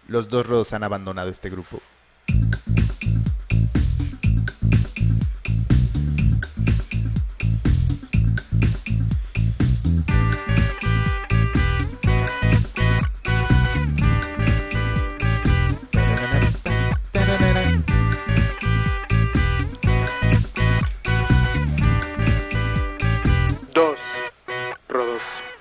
Los dos rodos han abandonado este grupo. Dos rodos.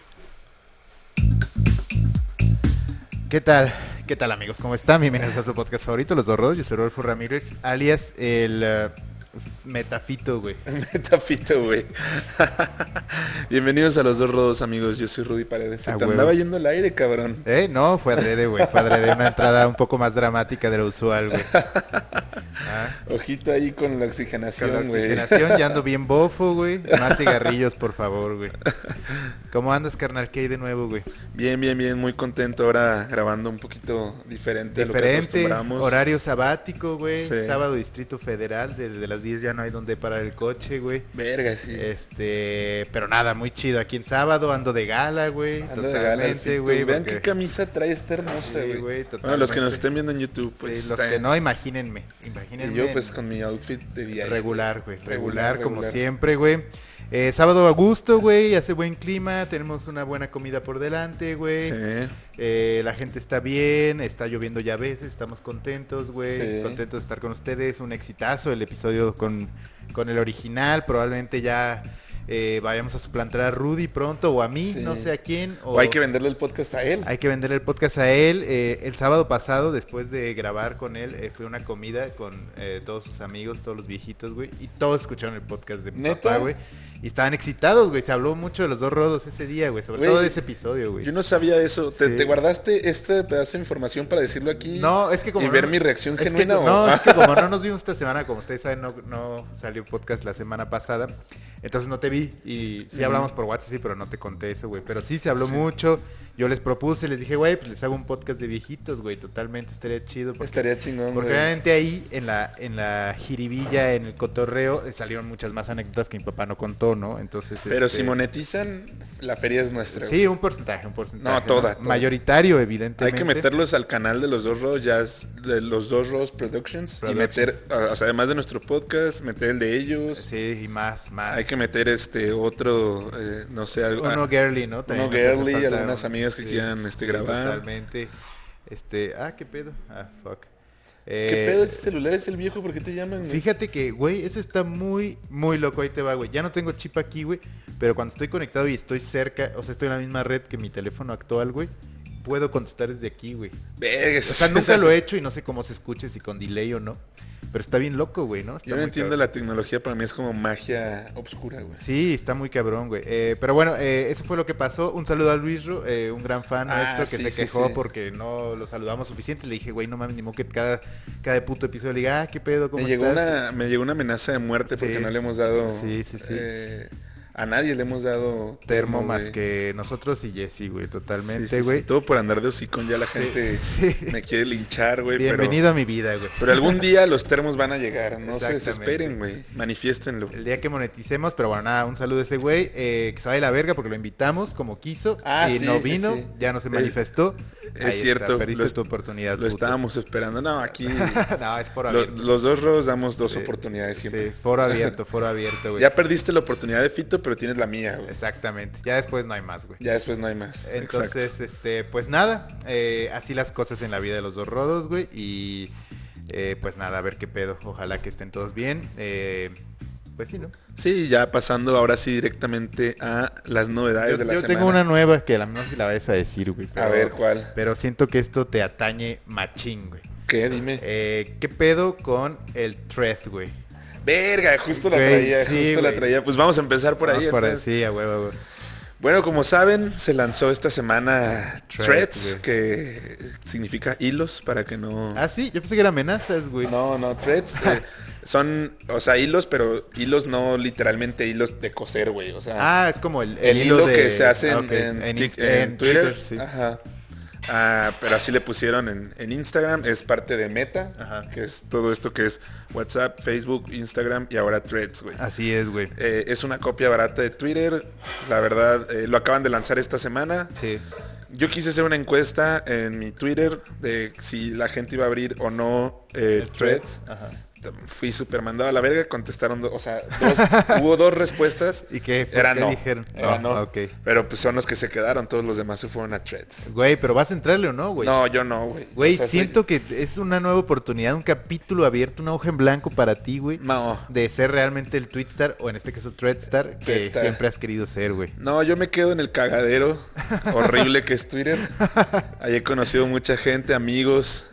¿Qué tal? ¿Qué tal, amigos? ¿Cómo están? Bienvenidos a su podcast favorito, Los Dos Rodos. Yo soy Rodolfo Ramírez, alias el Metafito, güey. Metafito, güey. Bienvenidos a Los Dos Rodos, amigos. Yo soy Rudy Paredes. Se te huevo. andaba yendo el aire, cabrón. No, fue adrede, güey. Fue adrede, una entrada un poco más dramática de lo usual, güey. Ojito ahí con la Con la oxigenación, güey. oxigenación, ya ando bien bofo, güey. Más cigarrillos, por favor, güey. ¿Cómo andas, carnal? ¿Qué hay de nuevo, güey? Bien, bien, bien. Muy contento ahora grabando un poquito diferente a lo que Diferente, acostumbramos. horario sabático, güey. Sí. Sábado Distrito Federal, desde las 10 ya no hay donde parar el coche, güey. Verga, sí. Pero nada, muy chido. Aquí en sábado ando de gala, güey. Ando de gala, Totalmente, Fito. güey. Vean porque- qué camisa trae esta hermosa, Sí, güey. güey, Bueno, los que nos totalmente. estén viendo en YouTube, pues Sí, los está- que no, imagínenme. Imagínenme. Y yo pues con mi outfit de día. Regular, güey. Regular, como regular. siempre, güey. Sábado a gusto, güey. Hace buen clima. Tenemos una buena comida por delante, güey. Sí. La gente está bien. Está lloviendo ya a veces. Estamos contentos, güey. Sí. Contentos de estar con ustedes. Un exitazo el episodio con el original. Probablemente ya vayamos a suplantar a Rudy pronto. O a mí, Sí. no sé a quién. O hay que venderle el podcast a él. Hay que vender el podcast a él. El sábado pasado, después de grabar con él, fue una comida con todos sus amigos, todos los viejitos, güey. Y todos escucharon el podcast de mi ¿Neta? papá, güey. Y estaban excitados, güey. Se habló mucho de Los Dos Rodos ese día, güey. Sobre Güey, todo de ese episodio, güey. Yo no sabía eso. Sí. ¿Te guardaste este pedazo de información para decirlo aquí? No, es que como y ver mi reacción es que genuina. ¿o? No, es que como no nos vimos esta semana, como ustedes saben, no salió podcast la semana pasada. Entonces no te vi. Y sí hablamos por WhatsApp, sí, pero no te conté eso, güey. Pero sí se habló Sí. mucho. Yo les propuse, les dije, güey, pues les hago un podcast de viejitos, güey. Totalmente estaría chido. Porque Estaría chingón, Porque güey. obviamente ahí, en la jiribilla, en el cotorreo, salieron muchas más anécdotas que mi papá no contó, ¿no? Entonces, Pero si monetizan, la feria es nuestra. Sí, un porcentaje. No, toda. Mayoritario, evidentemente. Hay que meterlos al canal de Los Dos Rodos, ya es de Los Dos Rodos Productions. Y meter, o sea, además de nuestro podcast, meter el de ellos. Sí, y más. Hay que meter otro, no sé, algo. Uno girly, ¿no? También Uno nos hace girly, falta algunas amigas que quieran grabar. Totalmente. ¿Qué pedo? Fuck. ¿Qué pedo ese celular? ¿Es el viejo? ¿Por qué te llaman, güey? Fíjate que, güey, eso está muy, muy loco. Ahí te va, güey. Ya no tengo chip aquí, güey. Pero cuando estoy conectado y estoy cerca, o sea, estoy en la misma red que mi teléfono actual, güey, puedo contestar desde aquí, güey. Verga, O sea, nunca lo he hecho y no sé cómo se escuche, si con delay o no. Pero está bien loco, güey, ¿no? Está Yo no muy entiendo cabrón. la tecnología, para mí es como magia obscura, güey. Sí, está muy cabrón, güey. Pero bueno, eso fue lo que pasó. Un saludo a Luisro, un gran fan nuestro que sí, se sí, quejó sí. porque no lo saludamos suficiente. Le dije, güey, no mames, ni modo que cada puto episodio le diga, ¿qué pedo? ¿Cómo Me llegó estás? una amenaza de muerte porque Sí. no le hemos dado... Sí. A nadie le hemos dado Termo más güey. que nosotros y Jessy, güey, Sí, totalmente, sí, güey. sí, todo por andar de hocicón, ya la Sí, gente sí. me quiere linchar, güey. Bienvenido a mi vida, güey. Pero algún día los termos van a llegar, no se Exactamente. desesperen, güey. Manifiéstenlo. El día que moneticemos, pero bueno, nada, un saludo a ese güey, que se vaya a la verga porque lo invitamos como quiso y Sí, no sí, vino, sí. ya no se manifestó. Es Ahí cierto. está, perdiste tu oportunidad. Lo puto. estábamos esperando. No, aquí No, es foro abierto. los dos rodos damos dos Sí, oportunidades siempre. Sí, foro abierto, güey. Ya perdiste la oportunidad de Fito, pero tienes la mía, güey. Exactamente. Ya después no hay más, güey. Ya después no hay más. Entonces, Exacto. pues nada, así las cosas en la vida de los dos rodos, güey. Y pues nada, a ver qué pedo. Ojalá que estén todos bien. Pues sí, ¿no? Sí, ya pasando ahora sí directamente a las novedades de la Yo semana. tengo una nueva que a no sé si la vayas a decir, güey. A ver, ¿cuál? Pero siento que esto te atañe machín, güey. ¿Qué? Dime. ¿Qué pedo con el thread, güey? Verga, justo la Güey, traía, sí, justo la güey. traía. Pues vamos a empezar por Vamos ahí. por ahí, entonces. sí, a huevo, güey. Bueno, como saben, se lanzó esta semana Threads, Threads, güey. que significa hilos, para que no... Ah, sí, yo pensé que eran amenazas, güey. No, Threads son, o sea, hilos, pero hilos no literalmente hilos de coser, güey. O sea, Es como el hilo de... que se hace Ah, ok, en Twitter. sí. Ajá. Pero así le pusieron en Instagram, es parte de Meta, Ajá. que es todo esto que es WhatsApp, Facebook, Instagram y ahora Threads, güey. Así es, güey. Es una copia barata de Twitter, la verdad, lo acaban de lanzar esta semana. Sí. yo quise hacer una encuesta en mi Twitter de si la gente iba a abrir o no Threads. Ajá. Fui súper mandado a la verga, contestaron, hubo dos respuestas. ¿Y qué? Era ¿Qué no. dijeron? Era no. Okay. Pero pues son los que se quedaron, todos los demás se fueron a Threads. Güey, pero ¿vas a entrarle o no, güey? No, yo no, güey. Güey, siento que es una nueva oportunidad, un capítulo abierto, una hoja en blanco para ti, güey. No. De ser realmente el Twitstar, o en este caso Threadstar, que siempre has querido ser, güey. No, yo me quedo en el cagadero horrible que es Twitter. Ahí he conocido mucha gente, amigos,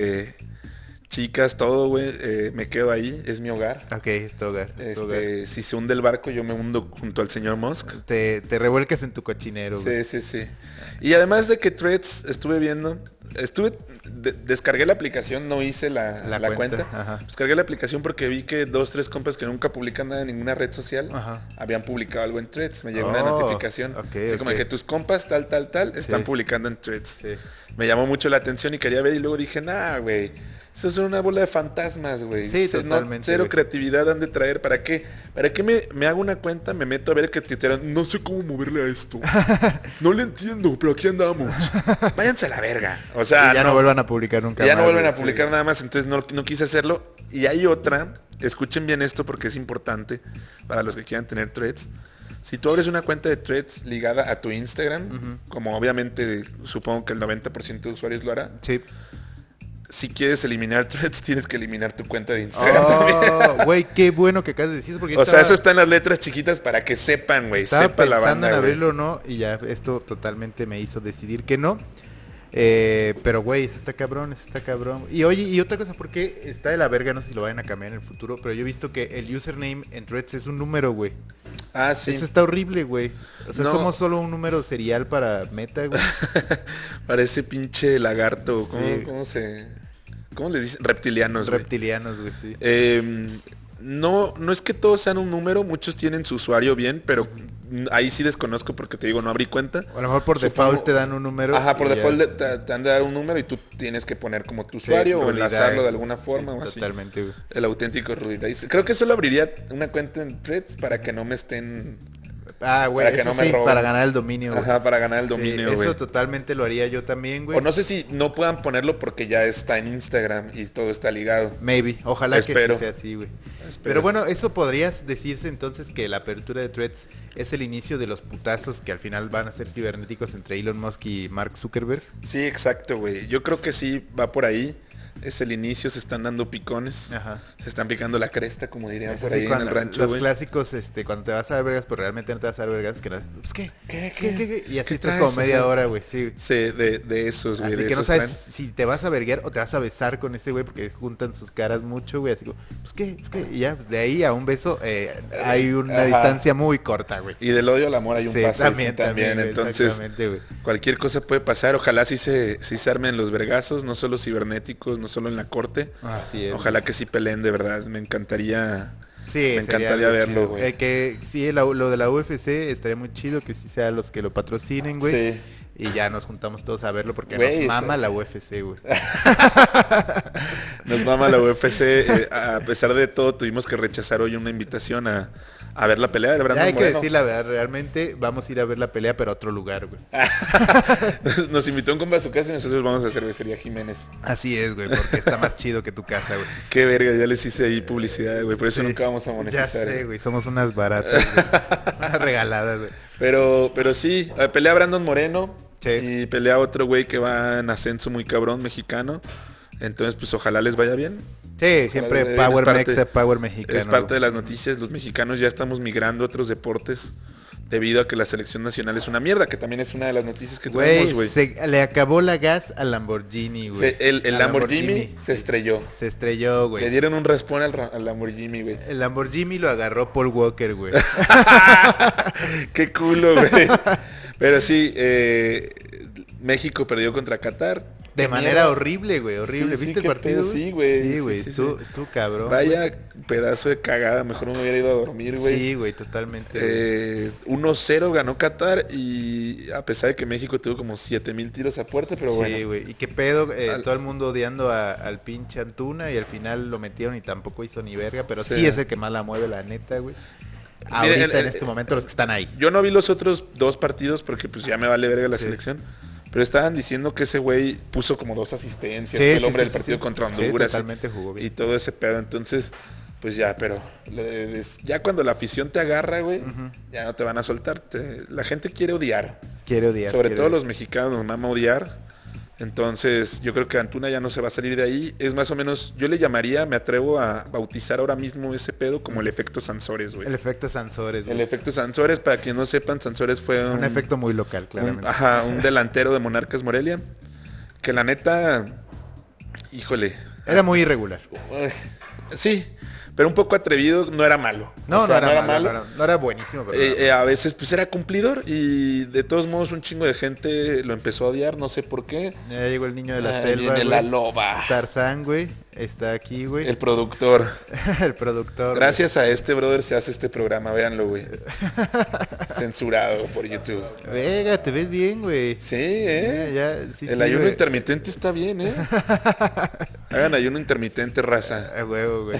chicas, todo, güey. Me quedo ahí, es mi hogar. Ok, es tu hogar. Si se hunde el barco, yo me hundo junto al señor Musk. Te revuelcas en tu cochinero, güey. Sí. Y además de que Threads estuve viendo, descargué la aplicación, no hice la cuenta. Ajá. Descargué la aplicación porque vi que 2-3 compas que nunca publican nada en ninguna red social, habían publicado algo en Threads. Me llegó una notificación. Así como que tus compas tal, están publicando en Threads. Sí. Me llamó mucho la atención y quería ver, y luego dije, nah, güey. Eso es una bola de fantasmas, güey. Sí, totalmente. Cero creatividad han de traer. ¿Para qué? ¿Para qué me hago una cuenta? Me meto a ver que tuitearon. No sé cómo moverle a esto. No le entiendo, pero aquí andamos. Váyanse a la verga. O sea, y ya no vuelvan a publicar nunca más. Ya no vuelven a publicar nada más. Entonces no quise hacerlo. Y hay otra. Escuchen bien esto porque es importante para los que quieran tener Threads. Si tú abres una cuenta de Threads ligada a tu Instagram, como obviamente supongo que el 90% de usuarios lo hará. Sí. Si quieres eliminar Threads, tienes que eliminar tu cuenta de Instagram también. Güey, qué bueno que acabas de decir. Porque sea, eso está en las letras chiquitas para que sepan, güey. Sepa la banda, pensando en abrirlo o no, y ya esto totalmente me hizo decidir que no. Pero, güey, eso está cabrón. Y oye, y otra cosa, porque está de la verga, no sé si lo vayan a cambiar en el futuro, pero yo he visto que el username en Threads es un número, güey. Ah, sí. Eso está horrible, güey. O sea, somos solo un número serial para Meta, güey. Parece pinche lagarto. Sí. ¿Cómo les dicen? Reptilianos, güey. Reptilianos, güey, sí. No es que todos sean un número, muchos tienen su usuario bien, pero ahí sí desconozco porque te digo, no abrí cuenta. A lo mejor por default te dan un número. Ajá, por default te han de dar un número y tú tienes que poner como tu usuario o enlazarlo de alguna forma o así. Totalmente, güey. El auténtico Rudy Dice. Creo que solo abriría una cuenta en Threads para que no me estén... güey, eso sí, para ganar el dominio, güey. Ajá, para ganar el dominio, güey. Eso totalmente lo haría yo también, güey. O no sé si no puedan ponerlo porque ya está en Instagram y todo está ligado. Maybe, ojalá que sea así, güey. Pero bueno, eso podrías decirse entonces que la apertura de Threads es el inicio de los putazos que al final van a ser cibernéticos entre Elon Musk y Mark Zuckerberg. Sí, exacto, güey. Yo creo que sí va por ahí. Es el inicio, se están dando picones. Ajá. Se están picando la cresta, como dirían es por ahí en el rancho, los güey. clásicos, cuando te vas a dar vergas, pero realmente no te vas a dar vergas, que no, pues ¿qué? Y así estás traes, como media hora, güey, sí. Sí, de esos, güey. Así de que no esos sabes traen. si te vas a verguear o te vas a besar con ese güey porque juntan sus caras mucho, güey. Así como, pues qué, y ya, pues de ahí a un beso hay una distancia muy corta, güey. Y del odio al amor hay un paso. También, Entonces, cualquier cosa puede pasar. Ojalá sí se armen los vergazos, no solo cibernéticos, no solo en la corte. Así es. Ojalá que sí peleen de verdad. Me encantaría verlo, verlo, güey. Que sí, lo de la UFC estaría muy chido, que sí sea los que lo patrocinen, güey. Sí. Y ya nos juntamos todos a verlo porque güey, nos mama la UFC, güey. Nos mama la UFC. A pesar de todo, tuvimos que rechazar hoy una invitación a ver la pelea de Brandon Moreno. Ya hay que decir la verdad, realmente vamos a ir a ver la pelea, pero a otro lugar, güey. Nos invitó un compa a su casa y nosotros vamos a Cervecería Jiménez. Así es, güey, porque está más chido que tu casa, güey. Qué verga, ya les hice ahí publicidad, güey, por eso nunca vamos a monetizar. Ya sé, güey, somos unas baratas, güey. Unas regaladas, güey. Pero sí, pelea Brandon Moreno. Sí. Y pelea otro güey que va en ascenso muy cabrón, mexicano. Entonces, pues ojalá les vaya bien. Sí, siempre Power Mexa, Power mexicano. Es parte de las noticias. Los mexicanos ya estamos migrando a otros deportes debido a que la selección nacional es una mierda, que también es una de las noticias que tenemos, güey. Le acabó la gas al Lamborghini, güey. El Lamborghini se estrelló. Se estrelló, güey. Le dieron un raspón al Lamborghini, güey. El Lamborghini lo agarró Paul Walker, güey. Qué culo, güey. Pero sí, México perdió contra Qatar. De manera horrible, güey, horrible. Sí, ¿Viste el partido? Sí, güey. Sí, güey, estuvo cabrón. Vaya güey. pedazo de cagada, mejor me hubiera ido a dormir, güey. Sí, güey, totalmente. 1-0 ganó Qatar y a pesar de que México tuvo como 7,000 tiros a puerta, pero bueno. Sí, güey, y qué pedo, todo el mundo odiando al pinche Antuna y al final lo metieron y tampoco hizo ni verga, pero sí es el que más la mueve, la neta, güey. Ahorita, en este momento, los que están ahí. Yo no vi los otros dos partidos porque pues ya me vale verga la selección. Pero estaban diciendo que ese güey puso como 2 asistencias, fue el hombre del partido contra Honduras. Totalmente jugó bien. Y todo ese pedo, entonces, pues ya, pero ya cuando la afición te agarra, güey, ya no te van a soltar. La gente quiere odiar. Sobre todo los mexicanos nos mama odiar. Entonces, yo creo que Antuna ya no se va a salir de ahí. Es más o menos, yo le llamaría, me atrevo a bautizar ahora mismo ese pedo como el efecto Sansores, güey. El efecto Sansores, güey. El efecto Sansores, para quien no sepan, Sansores fue un efecto muy local, claramente. Un delantero de Monarcas Morelia. Que la neta, híjole. Era muy irregular. Sí, pero un poco atrevido, no era malo. No era malo. No era buenísimo. Pero a veces pues era cumplidor y de todos modos un chingo de gente lo empezó a odiar, no sé por qué. Ya llegó el niño de la selva, de la loba. Tarzán, güey, está aquí, güey. El productor. El productor. Gracias a este brother se hace este programa, véanlo, güey. Censurado por YouTube. Venga, te ves bien, güey. Sí, el ayuno intermitente está bien, Hagan ayuno intermitente, raza. A huevo, güey.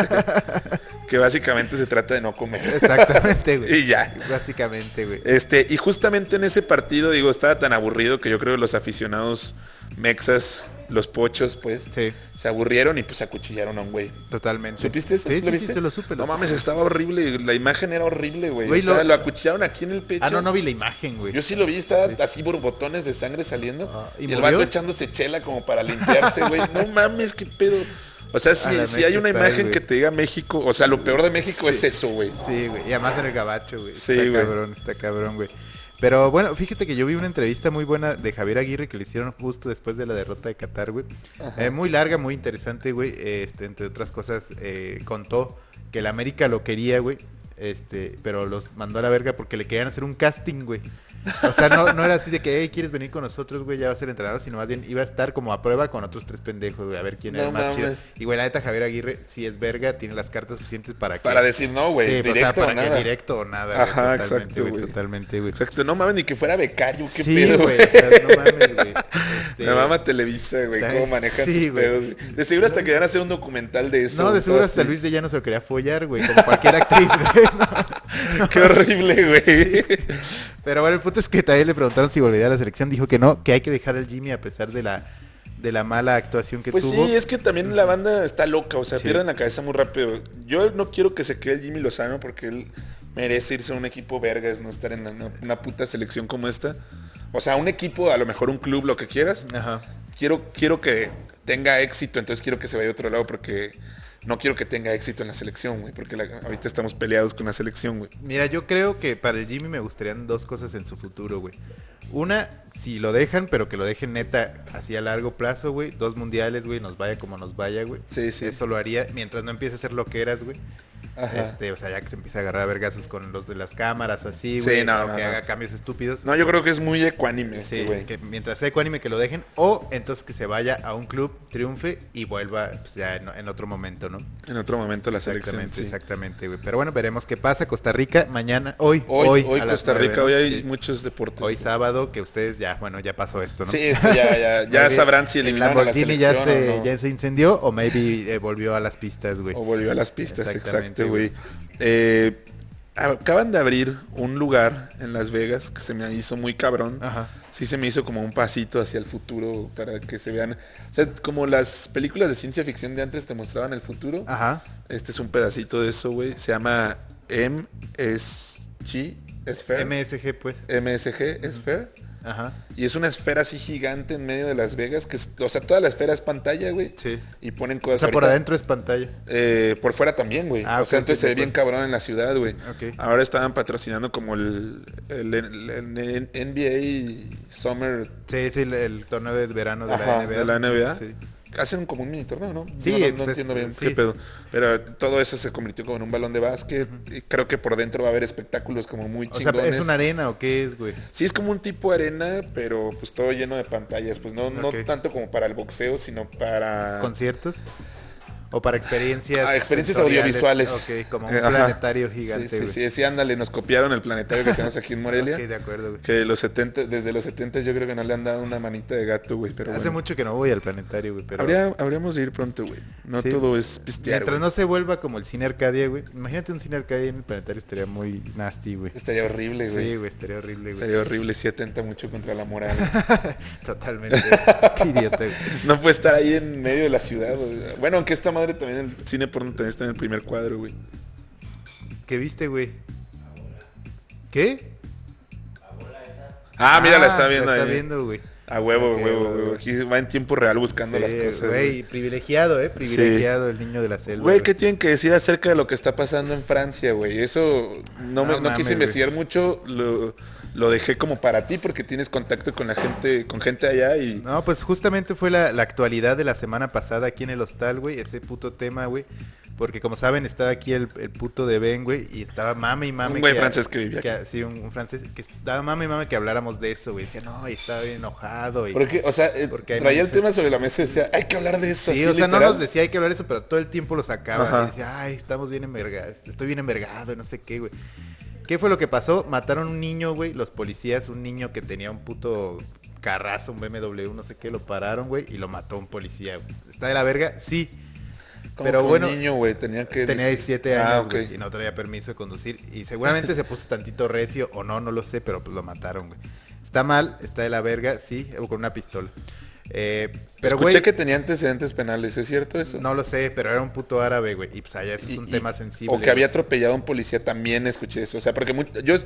Que básicamente se trata de no comer. Exactamente, güey. Y ya. Básicamente, güey. Y justamente en ese partido, digo, estaba tan aburrido que yo creo que los aficionados mexas, los pochos, pues, se aburrieron y pues se acuchillaron a un güey. Totalmente. ¿Supiste eso? Sí, ¿Lo viste? Sí, se lo supe. No mames, estaba horrible. La imagen era horrible, güey. O sea, lo acuchillaron aquí en el pecho. No vi la imagen, güey. Yo sí lo vi, estaba así borbotones de sangre saliendo. ¿Y el vato echándose chela como para limpiarse, güey. No mames, qué pedo. O sea, si hay una imagen güey. Que te diga México, o sea, lo peor de México es eso, güey. Sí, güey. Y además en el gabacho, güey. Sí, está cabrón, güey. Pero bueno, fíjate que yo vi una entrevista muy buena de Javier Aguirre que le hicieron justo después de la derrota de Qatar, güey. Muy larga, muy interesante, güey. Entre otras cosas, contó que el América lo quería, güey. Pero los mandó a la verga porque le querían hacer un casting, güey. O sea, no era así de que, hey, ¿quieres venir con nosotros, güey? Ya va a ser entrenador, sino más bien iba a estar como a prueba con otros 3 pendejos, güey, a ver quién era el más chido. Y, güey, la neta, Javier Aguirre, si es verga, tiene las cartas suficientes para que... Para decir no, güey, sí, directo o sea, para o nada. Que directo o nada, ajá, güey, exacto, güey. Totalmente, güey. Exacto, no mames, ni que fuera becario, qué sí, pedo, güey. O sea, no mames, güey. La mama Televisa, güey, cómo manejan sus pedos. De seguro hasta querían hacer un documental de eso. No, de seguro hasta Luis de Llano se lo quería follar, güey, como cualquier actriz, güey. No. Qué horrible, güey. Sí. Pero bueno, el punto es que también le preguntaron si volvería a la selección, dijo que no, que hay que dejar al Jimmy a pesar de la mala actuación que tuvo. Pues sí, es que también la banda está loca, o sea, pierden la cabeza muy rápido. Yo no quiero que se quede el Jimmy Lozano porque él merece irse a un equipo vergas, no estar en una puta selección como esta. O sea, un equipo, a lo mejor un club, lo que quieras. Ajá. Quiero que tenga éxito, entonces quiero que se vaya a otro lado porque... No quiero que tenga éxito en la selección, güey, porque ahorita estamos peleados con la selección, güey. Mira, yo creo que para el Jimmy me gustarían 2 cosas en su futuro, güey. Una, si lo dejan, pero que lo dejen neta así a largo plazo, güey. 2 mundiales, güey, nos vaya como nos vaya, güey. Sí. Eso lo haría mientras no empiece a hacer lo que eras, güey. Ajá. O sea, ya que se empieza a agarrar a vergazos con los de las cámaras o así, güey. Sí, no, que haga cambios estúpidos. No, yo creo que es muy ecuánime güey. Que mientras sea ecuánime que lo dejen. O entonces que se vaya a un club, triunfe y vuelva pues, ya en otro momento, ¿no? En otro momento la selección, Exactamente, güey. Pero bueno, veremos qué pasa. Costa Rica, mañana, hoy Costa Rica, 9, hoy hay muchos deportes. Hoy sábado, que ustedes ya pasó esto, ¿no? Sí, ya sabrán si eliminaron a la selección o no. Ya se incendió o maybe volvió a las pistas, güey. O volvió a las pistas, exacto, güey. Acaban de abrir un lugar en Las Vegas que se me hizo muy cabrón. Ajá. Sí se me hizo como un pasito hacia el futuro para que se vean. O sea, como las películas de ciencia ficción de antes te mostraban el futuro. Ajá. Este es un pedacito de eso, güey. Se llama MSG Sphere. MSG, pues. MSG Sphere. Ajá. Y es una esfera así gigante en medio de Las Vegas, o sea, toda la esfera es pantalla, güey. Sí. Y ponen cosas. O sea, por adentro es pantalla. Por fuera también, güey. O sea, entonces se ve bien cabrón en la ciudad, güey. Okay. Ahora estaban patrocinando como el NBA Summer. Sí, el torneo de verano de la NBA. De la NBA. Sí. Hacen como un mini torneo, ¿no? Sí, no entiendo bien qué pedo. Pero todo eso se convirtió como en un balón de básquet. Y creo que por dentro va a haber espectáculos como muy chingones. O sea, ¿es una arena o qué es, güey? Sí, es como un tipo arena, pero pues todo lleno de pantallas. Pues no tanto como para el boxeo, sino para... ¿Conciertos? O para experiencias... experiencias audiovisuales. Ok, como un planetario gigante, güey. Sí, ándale, nos copiaron el planetario que tenemos aquí en Morelia. Ok, de acuerdo, güey. Que desde los 70 yo creo que no le han dado una manita de gato, güey. Hace mucho que no voy al planetario, güey, pero... Habríamos de ir pronto, güey. No todo es pistear, mientras no se vuelva como el cine Arcadia, güey. Imagínate un cine Arcadia en el planetario, estaría muy nasty, güey. Estaría horrible, güey. Sí, güey, estaría horrible, güey. Estaría horrible, sí atenta mucho contra la moral. Totalmente. Qué idiota, güey. No puede estar ahí en medio de la ciudad, güey. Bueno, aunque esta madre también, el cine porno también está en el primer cuadro, güey. ¿Qué viste, güey? ¿Qué? Mira, la está viendo ahí. La está viendo, güey. A huevo. Aquí va en tiempo real buscando las cosas. Güey, privilegiado, privilegiado el niño de la selva. Güey, ¿qué tienen que decir acerca de lo que está pasando en Francia, güey? Eso no quise investigar mucho, lo dejé como para ti porque tienes contacto con gente allá y... No, pues justamente fue la actualidad de la semana pasada aquí en el hostal, güey, ese puto tema, güey. Porque como saben, estaba aquí el puto de Ben, güey, y estaba mame y mame. Un güey francés que vivía aquí. Sí, un francés que estaba mame y mame que habláramos de eso, güey. Decía, no, y estaba bien enojado. Porque, o sea, traía el tema sobre la mesa y decía, hay que hablar de eso. Sí, o sea, literal. No nos decía hay que hablar de eso, pero todo el tiempo lo sacaba. Ajá. Y decía, ay, estamos bien envergados, estoy bien envergado y no sé qué, güey. ¿Qué fue lo que pasó? Mataron un niño, güey, los policías, un niño que tenía un puto carrazo, un BMW, no sé qué, lo pararon, güey, y lo mató un policía, güey. ¿Está de la verga? Sí. Pero bueno, un niño, güey, tenía 17 años, güey, y no traía permiso de conducir. Y seguramente se puso tantito recio o no lo sé, pero pues lo mataron, güey. Está mal, está de la verga, sí, o con una pistola. Pero, escuché que tenía antecedentes penales, ¿es cierto eso? No lo sé, pero era un puto árabe, güey. Y pues allá eso es un tema sensible. O que había atropellado a un policía, también escuché eso. O sea, porque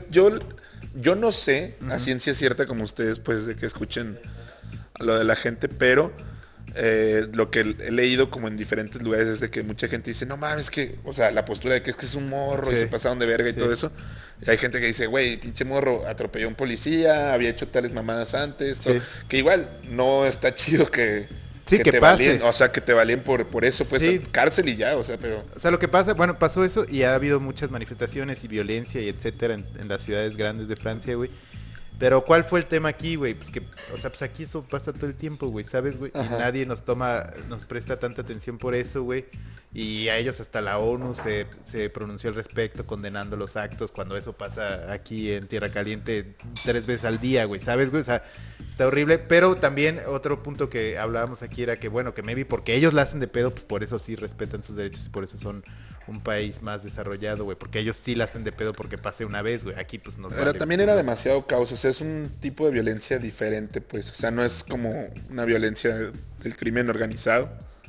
yo no sé a ciencia cierta como ustedes, pues, de que escuchen lo de la gente, pero lo que he leído como en diferentes lugares es de que mucha gente dice, no mames, que, o sea, la postura de que es un morro y se pasaron de verga y todo eso. Y hay gente que dice, güey, pinche morro, atropelló a un policía, había hecho tales mamadas antes, que igual no está chido que te valien, o sea, que te valien por eso, pues cárcel y ya, o sea, pero... O sea, lo que pasa, bueno, pasó eso y ha habido muchas manifestaciones y violencia y etcétera en las ciudades grandes de Francia, güey. Pero ¿cuál fue el tema aquí, güey? Pues que, o sea, pues aquí eso pasa todo el tiempo, güey, ¿sabes, güey? Y nadie nos presta tanta atención por eso, güey. Y a ellos hasta la ONU se pronunció al respecto, condenando los actos cuando eso pasa aquí en Tierra Caliente 3 veces al día, güey, ¿sabes, güey? O sea, está horrible. Pero también otro punto que hablábamos aquí era que, bueno, que maybe porque ellos la hacen de pedo, pues por eso sí respetan sus derechos y por eso son un país más desarrollado, güey, porque ellos sí la hacen de pedo porque pase una vez, güey, aquí pues nos Pero vale, también era demasiado caos, o sea, es un tipo de violencia diferente, pues, o sea, no es como una violencia del crimen organizado,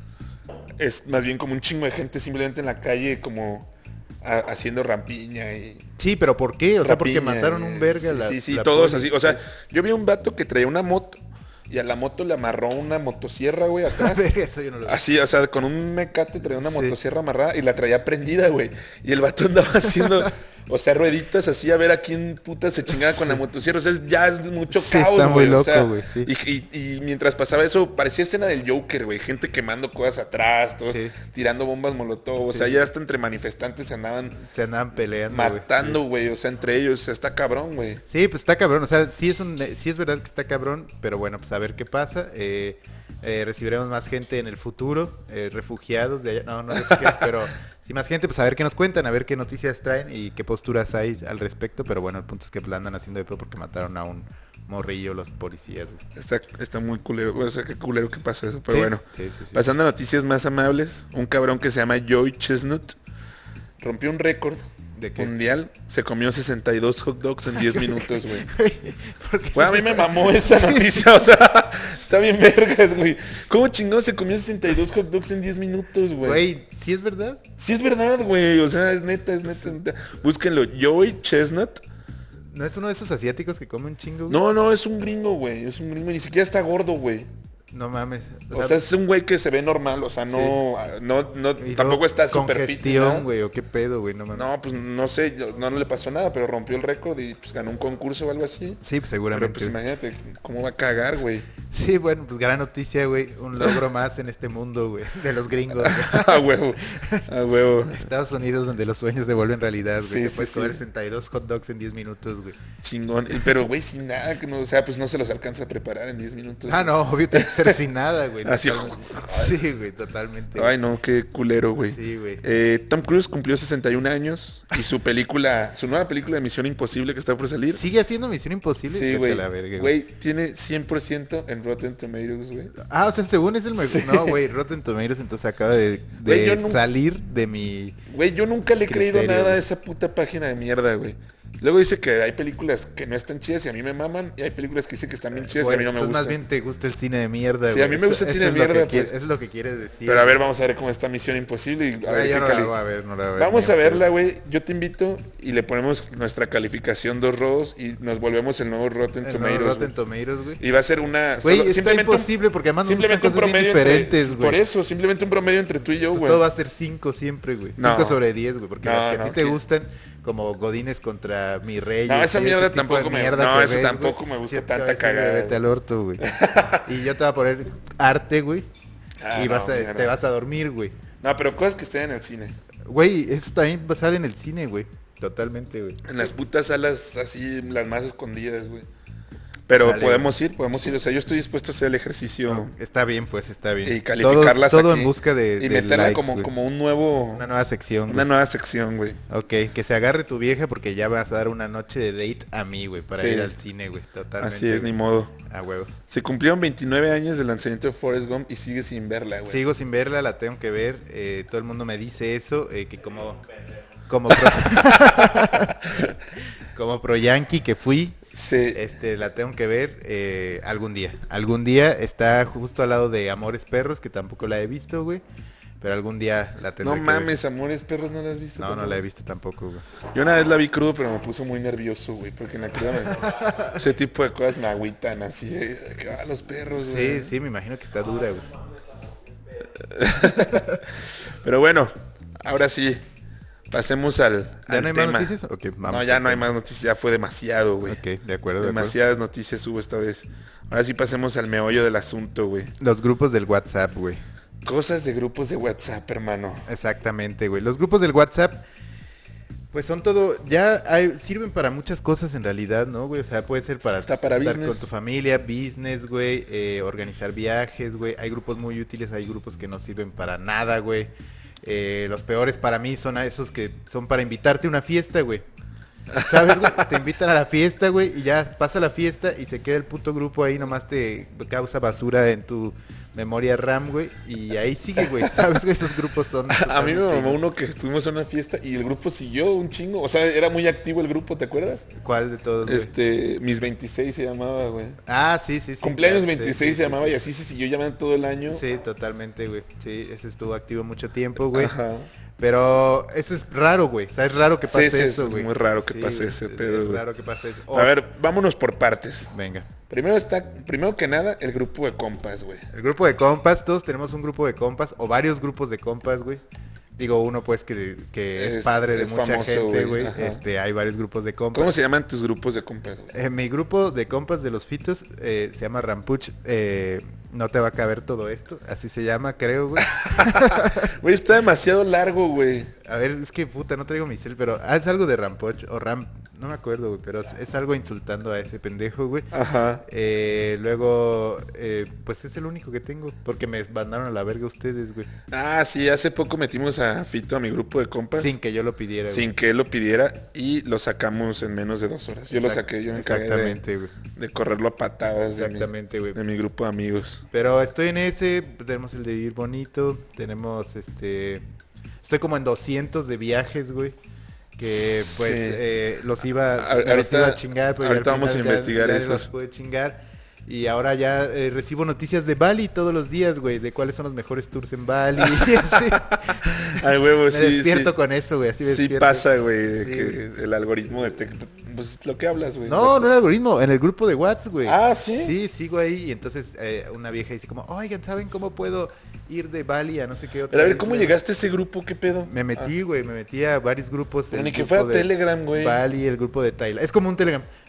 es más bien como un chingo de gente simplemente en la calle como haciendo rampiña y... Sí, pero ¿por qué? O sea, porque mataron un verga Sí, todos así, o sea, yo vi un vato que traía una moto y a la moto le amarró una motosierra, güey, atrás. Eso yo no lo vi. Así, o sea, con un mecate traía una motosierra amarrada y la traía prendida, güey. Y el vato andaba haciendo, o sea, rueditas así a ver a quién puta se chingaba con la motosierra. O sea, ya es mucho caos, está muy güey. Loco, o sea, güey, y mientras pasaba eso, parecía escena del Joker, güey. Gente quemando cosas atrás, todos tirando bombas molotov. O sea, ya hasta entre manifestantes se andaban peleando, matando, güey. O sea, entre ellos, o sea, está cabrón, güey. Sí, pues está cabrón. O sea, sí es verdad que está cabrón, pero bueno, pues a ver qué pasa. Recibiremos más gente en el futuro, refugiados de allá, no refugiados, pero sí más gente, pues a ver qué nos cuentan, a ver qué noticias traen y qué posturas hay al respecto, pero bueno, el punto es que la andan haciendo de pedo porque mataron a un morrillo los policías, güey. Está muy culero, o sea, qué culero que pasó eso, pero bueno. Sí. Pasando a noticias más amables, un cabrón que se llama Joey Chestnut rompió un récord mundial, se comió 62 hot dogs en 10 minutos, güey. Güey, a mí me mamó esa noticia, o sea, está bien vergas, güey. ¿Cómo chingón se comió 62 hot dogs en 10 minutos, güey? Güey, ¿sí es verdad? Sí es verdad, güey, o sea, es neta. Búsquenlo, Joey Chestnut. ¿No es uno de esos asiáticos que come un chingo, güey? No, es un gringo, güey, ni siquiera está gordo, güey. No mames. O sea, es un güey que se ve normal, o sea, no tampoco está súper fit. Güey, o qué pedo, güey, no mames. No, pues no sé, no le pasó nada, pero rompió el récord y pues ganó un concurso o algo así. Sí, pues seguramente. Pero pues imagínate cómo va a cagar, güey. Sí, bueno, pues gran noticia, güey. Un logro más en este mundo, güey. De los gringos, güey. A huevo, a huevo. Estados Unidos, donde los sueños se vuelven realidad, güey. Sí, Te sí, puedes comer sí. 62 hot dogs en 10 minutos, güey. Chingón. Pero, güey, sin nada, que no, o sea, pues no se los alcanza a preparar en 10 minutos. Ah, no, obvio, tiene que ser sin nada, güey. Así. Sí, güey, totalmente. Ay, no, qué culero, güey. Sí, güey. Tom Cruise cumplió 61 años y su nueva película de Misión Imposible que está por salir. ¿Sigue haciendo Misión Imposible? Sí, Vete güey. a la verga, Güey, tiene 100% en Rotten Tomatoes, güey. Ah, o sea, según es el mejor. Sí. No, güey, Rotten Tomatoes entonces acaba de Güey, yo salir de mi... Güey, yo nunca le he creído criterio, nada a güey. esa puta página de mierda, güey. Luego dice que hay películas que no están chidas y a mí me maman, y hay películas que dice que están bien chidas y a mí no me entonces gustan. más bien te gusta el cine de mierda, Sí, güey. a mí me gusta el cine de mierda, pues. Eso es lo que quieres decir. Pero a ver, vamos a ver cómo está Misión Imposible y a ver Güey, yo qué no la cali- voy a ver, no la voy a ver. Vamos ni a pedo. verla, güey. Yo te invito y le ponemos nuestra calificación 2 rodos y nos volvemos el nuevo Rotten El Tomatoes. nuevo Rotten güey. Tomatoes, güey. Y va a ser una... Güey, solo- está imposible porque además nos gustan simplemente un cosas bien promedio diferentes, entre, güey. por eso, simplemente un promedio entre tú y yo, Pues güey. todo va a ser 5 siempre, güey. 5 No. sobre 10, güey. Porque No, las que a no, ti te ¿qué? gustan, como Godines contra Mi Rey. No, esa y ese mierda tipo de tampoco me- mierda no, que esa ves, tampoco güey, me gusta sí te tanta va a decir, cagada, Vete güey. al orto, güey. Y yo te voy a poner arte, güey. Ah, Y no, vas mierda. te vas a dormir, güey. No, pero cosas que estén en el cine. Güey, eso también va a estar en el cine, güey. Totalmente, güey. En las putas salas así, las más escondidas, güey. Pero Sale, podemos ir. O sea, yo estoy dispuesto a hacer el ejercicio No, está bien, pues, está bien. y calificarlas todo aquí. en busca de Y de meterla likes, como, güey. como un nuevo... Una nueva sección, Una güey. nueva sección, güey. Ok, que se agarre tu vieja porque ya vas a dar una noche de date a mí, güey, para Sí. ir al cine, güey. Totalmente. Así es, ni güey. modo. A huevo. Se cumplieron 29 años del lanzamiento de Forrest Gump y sigue sin verla, güey. Sigo sin verla, la tengo que ver. Todo el mundo me dice eso, que como pro, como pro yankee que fui, Sí. la tengo que ver algún día. Algún día está justo al lado de Amores Perros, que tampoco la he visto, güey. Pero algún día la tendré No que ver. mames, Amores Perros, ¿no la has visto? No, tampoco? no la he visto tampoco, güey. Yo una vez la vi crudo, pero me puso muy nervioso, güey. Porque en la cruda ese tipo de cosas me agüitan así. Que los perros, güey. Sí, me imagino que está dura, güey. Pero bueno, ahora sí. Pasemos al ¿Ya no hay más tema. noticias? Ok, vamos. No, ya no hay más noticias. Ya fue demasiado, güey. Ok, de acuerdo, de acuerdo. Demasiadas noticias hubo esta vez. Ahora sí pasemos al meollo del asunto, güey. Los grupos del WhatsApp, güey. Cosas de grupos de WhatsApp, hermano. Exactamente, güey. Los grupos del WhatsApp, pues son todo, sirven para muchas cosas en realidad, ¿no, güey? O sea, puede ser para Hasta para estar business. con tu familia, business, güey, organizar viajes, güey. Hay grupos muy útiles, hay grupos que no sirven para nada, güey. Los peores para mí son a esos que son para invitarte a una fiesta, güey. ¿Sabes, güey? Te invitan a la fiesta, güey, y ya pasa la fiesta y se queda el puto grupo ahí, nomás te causa basura en tu memoria RAM, güey, y ahí sigue, güey. ¿Sabes, güey? Esos grupos son... A mí me totalmente- mamó uno que fuimos a una fiesta y el grupo siguió un chingo. O sea, era muy activo el grupo, ¿te acuerdas? ¿Cuál de todos, güey? Mis 26 se llamaba, güey. Ah, sí, sí, sí. Cumpleaños claro, 26 sí, sí, se llamaba y así se siguió llamando todo el año. Sí, totalmente, güey. Sí, ese estuvo activo mucho tiempo, güey. Ajá. Pero eso es raro, güey. O sea, es raro que pase Sí, sí, eso, es güey. muy raro que pase güey, ese es pedo, güey. raro que pase eso. A ver, vámonos por partes. Venga. Primero que nada, el grupo de compas, güey. El grupo de compas, todos tenemos un grupo de compas o varios grupos de compas, güey. Digo, uno pues que es padre de es mucha famoso, gente, güey. güey. Ajá. Hay varios grupos de compas. ¿Cómo se llaman tus grupos de compas, güey? Mi grupo de compas de los Fitos se llama Rampuch. No te va a caber todo esto. Así se llama, creo, güey. Güey, está demasiado largo, güey. A ver, es que puta, no traigo mi cel, pero es algo de Rampoch o Ram, no me acuerdo, güey, pero es algo insultando a ese pendejo, güey. Ajá. Luego, pues es el único que tengo, porque me mandaron a la verga ustedes, güey. Ah, sí, hace poco metimos a Fito a mi grupo de compas. Sin que yo lo pidiera, güey. Sin que él lo pidiera y lo sacamos en menos de 2 horas. Yo lo saqué, yo me encargué Exactamente, güey. de correrlo a patadas Exactamente, güey. de mi grupo de amigos. Pero estoy en ese, tenemos el de Vivir Bonito, tenemos estoy como en 200 de viajes, güey. Que pues Sí. los iba Ahorita- a chingar, pero ya ahorita al vamos a final investigar ya esos. los pude chingar. Y ahora ya recibo noticias de Bali todos los días, güey, de cuáles son los mejores tours en Bali. Y así. Ay, huevo, Me sí, despierto sí. con eso, güey, así Sí despierto. pasa, güey, de Sí, que el algoritmo detecta, pues lo que hablas, güey. No, no era algoritmo, en el grupo de WhatsApp, güey. Ah, ¿sí? Sí, sigo ahí y entonces una vieja dice como, oigan, ¿saben cómo puedo ir de Bali a no sé qué otra Pero a ver, isla?" ¿cómo llegaste a ese grupo? ¿Qué pedo? Me metí, güey, me metí a varios grupos. Pero el ni que grupo fuera de Telegram, güey. Bali, el grupo de Tailandia. Es como un Telegram.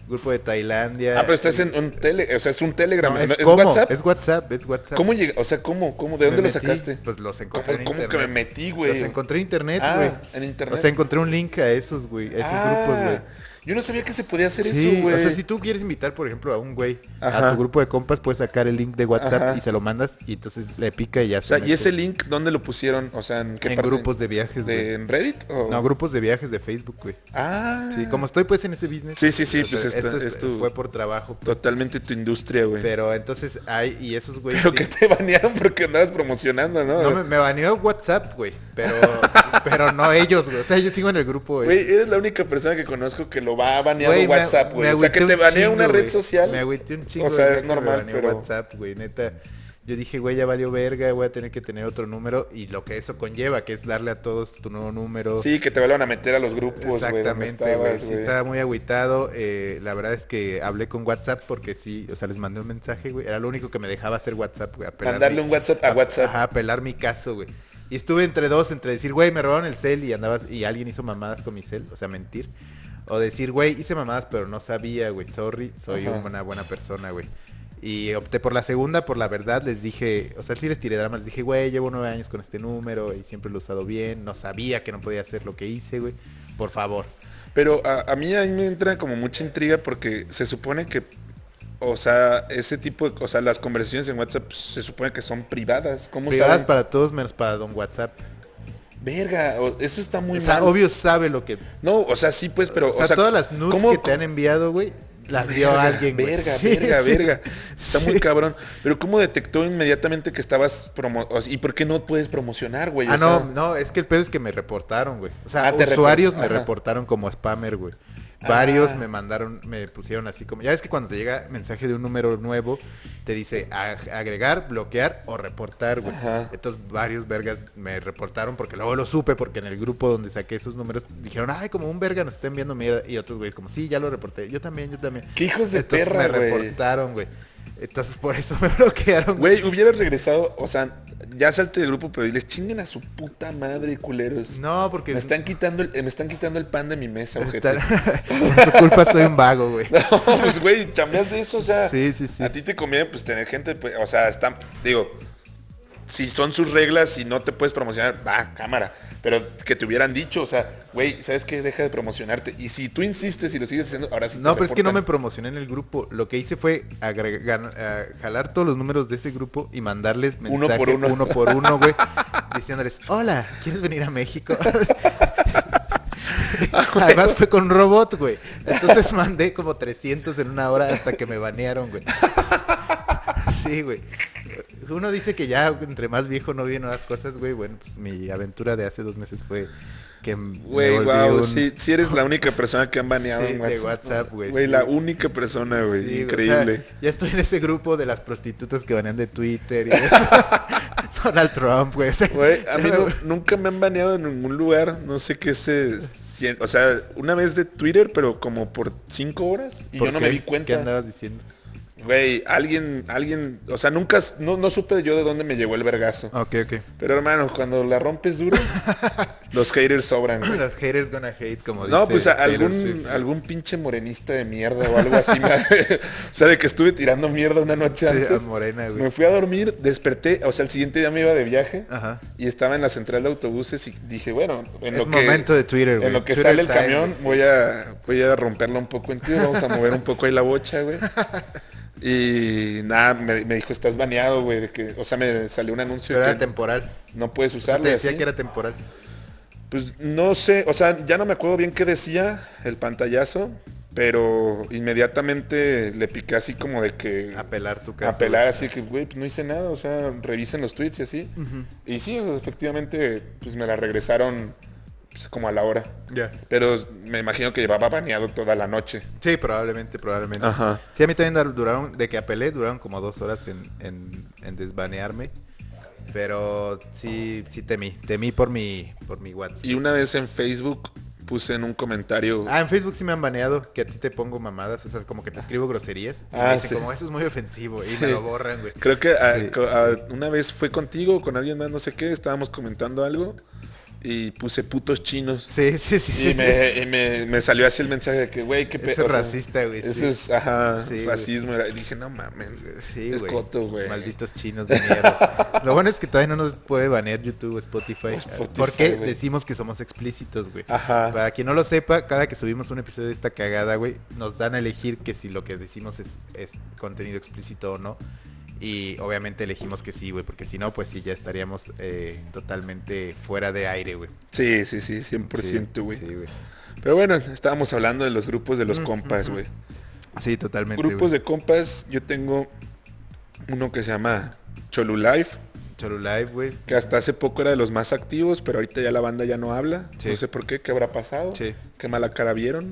grupo de Tailandia. Ah, pero estás en un o sea, es un Telegram. No, ¿Es WhatsApp? Es WhatsApp. ¿Cómo llega? O sea, ¿cómo? ¿De dónde lo sacaste? Pues los encontré en internet. ¿Cómo que me metí, güey? Los encontré en internet, güey. En internet. O sea, encontré un link a esos, güey, a esos grupos, güey. Yo no sabía que se podía hacer eso, güey. O sea, si tú quieres invitar, por ejemplo, a un güey a tu grupo de compas, puedes sacar el link de WhatsApp y se lo mandas y entonces le pica y ya se ¿y ese link dónde lo pusieron? O sea, ¿en qué parte? Grupos de viajes, güey. ¿En Reddit? ¿O? No, grupos de viajes de Facebook, güey. Sí, como estoy pues en ese business. Sí, pues esto fue por trabajo. Pues. Totalmente tu industria, güey. Pero entonces y esos güeyes... Pero que te banearon porque andabas promocionando, ¿no? No, me baneó WhatsApp, güey. Pero no ellos, güey. O sea, yo sigo en el grupo, güey. Eres la única persona que conozco que lo va baneando WhatsApp, güey. O sea, que te banea una red social. Me agüité un chingo. O sea, es normal, pero... WhatsApp, güey, neta. Yo dije, güey, ya valió verga, voy a tener que tener otro número. Y lo que eso conlleva, que es darle a todos tu nuevo número. Sí, que te vuelvan a meter a los grupos, güey. Exactamente, güey. Sí, estaba muy agüitado. La verdad es que hablé con WhatsApp porque sí, o sea, les mandé un mensaje, güey. Era lo único que me dejaba hacer WhatsApp, güey. Mandarle un WhatsApp a WhatsApp. Ajá, apelar mi caso, güey. Y estuve entre decir, güey, me robaron el cel y alguien hizo mamadas con mi cel. O sea, mentir. O decir, güey, hice mamadas, pero no sabía, güey, sorry, soy una buena persona, güey. Y opté por la segunda, por la verdad, les dije, o sea, sí les tiré drama, les dije, güey, llevo 9 años con este número y siempre lo he usado bien, no sabía que no podía hacer lo que hice, güey, por favor. Pero a mí ahí me entra como mucha intriga porque se supone que, o sea, ese tipo de, o sea, las conversaciones en WhatsApp se supone que son privadas. ¿Cómo privadas saben? Para todos menos para don WhatsApp. Verga, eso está muy mal. O sea, obvio sabe lo que... No, o sea, sí, pues, pero... O sea todas las nudes que te han enviado, güey, las vio alguien, güey. Verga. Está muy cabrón. Pero ¿cómo detectó inmediatamente que estabas ¿y por qué no puedes promocionar, güey? No, es que el pedo es que me reportaron, güey. O sea, usuarios me reportaron como spammer, güey. Varios me pusieron así como... Ya ves que cuando te llega mensaje de un número nuevo, te dice agregar, bloquear o reportar, güey. Entonces varios vergas me reportaron porque luego lo supe, porque en el grupo donde saqué esos números dijeron, ay, como un verga nos está enviando mierda. Y otros güeyes como, sí, ya lo reporté. Yo también. ¿Qué hijos de perra, güey? Me reportaron, güey. Entonces por eso me bloquearon. Güey, hubieras regresado, o sea, ya salte del grupo, pero diles, chinguen a su puta madre, culeros. No, porque... Me están quitando el pan de mi mesa, ojete. Por su culpa soy un vago, güey. No, pues, güey, chambeas de eso, o sea... Sí. A ti te conviene, pues, tener gente, pues, o sea, si son sus reglas y no te puedes promocionar, va, cámara. Pero que te hubieran dicho, o sea, güey, ¿sabes qué? Deja de promocionarte. Y si tú insistes y lo sigues haciendo, ahora sí te pero es que no me promocioné en el grupo. Lo que hice fue jalar todos los números de ese grupo y mandarles mensaje uno por uno, güey, diciéndoles, hola, ¿quieres venir a México? Además fue con un robot, güey. Entonces mandé como 300 en una hora hasta que me banearon, güey. Sí, güey. Uno dice que ya entre más viejo no vienen nuevas cosas, güey. Bueno, pues mi aventura de hace 2 meses fue que güey, wow, sí eres la única persona que han baneado en WhatsApp. De WhatsApp, güey. Güey, la única persona, güey, sí, increíble. O sea, ya estoy en ese grupo de las prostitutas que banean de Twitter y de Donald Trump, güey. Güey, a mí nunca me han baneado en ningún lugar. No sé qué o sea, una vez de Twitter, pero como por 5 horas y yo no me di cuenta. ¿Qué andabas diciendo? Güey, alguien, o sea, nunca, no supe yo de dónde me llegó el vergazo. Ok. Pero hermano, cuando la rompes duro, los haters sobran, güey. Los haters gonna hate, como dice. No, pues algún pinche morenista de mierda o algo así. O sea, de que estuve tirando mierda una noche antes. Morena, güey. Me fui a dormir, desperté, o sea, el siguiente día me iba de viaje. Y estaba en la central de autobuses y dije, bueno, momento de Twitter, güey. En lo que Twitter sale el camión, voy a romperla un poco en Twitter, vamos a mover un poco ahí la bocha, güey. Y nada, me dijo, estás baneado, güey, de que, o sea, me salió un anuncio. Pero que era temporal. No puedes usarlo. O sea, te decía que era temporal. Pues no sé, o sea, ya no me acuerdo bien qué decía el pantallazo, pero inmediatamente le piqué así como de que... Apelar tu caso. Apelar, así que, güey, pues no hice nada, o sea, revisen los tweets y así. Y sí, efectivamente, pues me la regresaron como a la hora. Ya. Pero me imagino que llevaba baneado toda la noche. Sí, probablemente. Ajá. Sí, a mí también duraron, de que apelé, duraron como 2 horas en desbanearme. Pero sí temí por mi WhatsApp. Y una vez en Facebook puse en un comentario... en Facebook sí me han baneado, que a ti te pongo mamadas, o sea, como que te escribo groserías. Y me dicen, como eso es muy ofensivo, y me lo borran, güey. Creo que una vez fue contigo o con alguien más, no sé qué, estábamos comentando algo. y puse putos chinos. Sí. Y me salió así el mensaje de que, güey, qué pedo. Eso es racista, güey. Eso es, racismo. Y dije, no mames, sí, es coto, güey. Malditos chinos de mierda. Lo bueno es que todavía no nos puede banear YouTube o Spotify porque decimos que somos explícitos, güey. Ajá. Para quien no lo sepa, cada que subimos un episodio de esta cagada, güey, nos dan a elegir que si lo que decimos es contenido explícito o no. Y obviamente elegimos que sí, güey, porque si no, pues sí, ya estaríamos totalmente fuera de aire, güey. Sí, 100%, güey. Sí, güey. Pero bueno, estábamos hablando de los grupos de los compas, güey. Sí, totalmente. Grupos de compas, yo tengo uno que se llama Cholulife. Cholulife, güey. Que hasta hace poco era de los más activos, pero ahorita ya la banda ya no habla. Sí. No sé por qué habrá pasado. Sí. Qué mala cara vieron.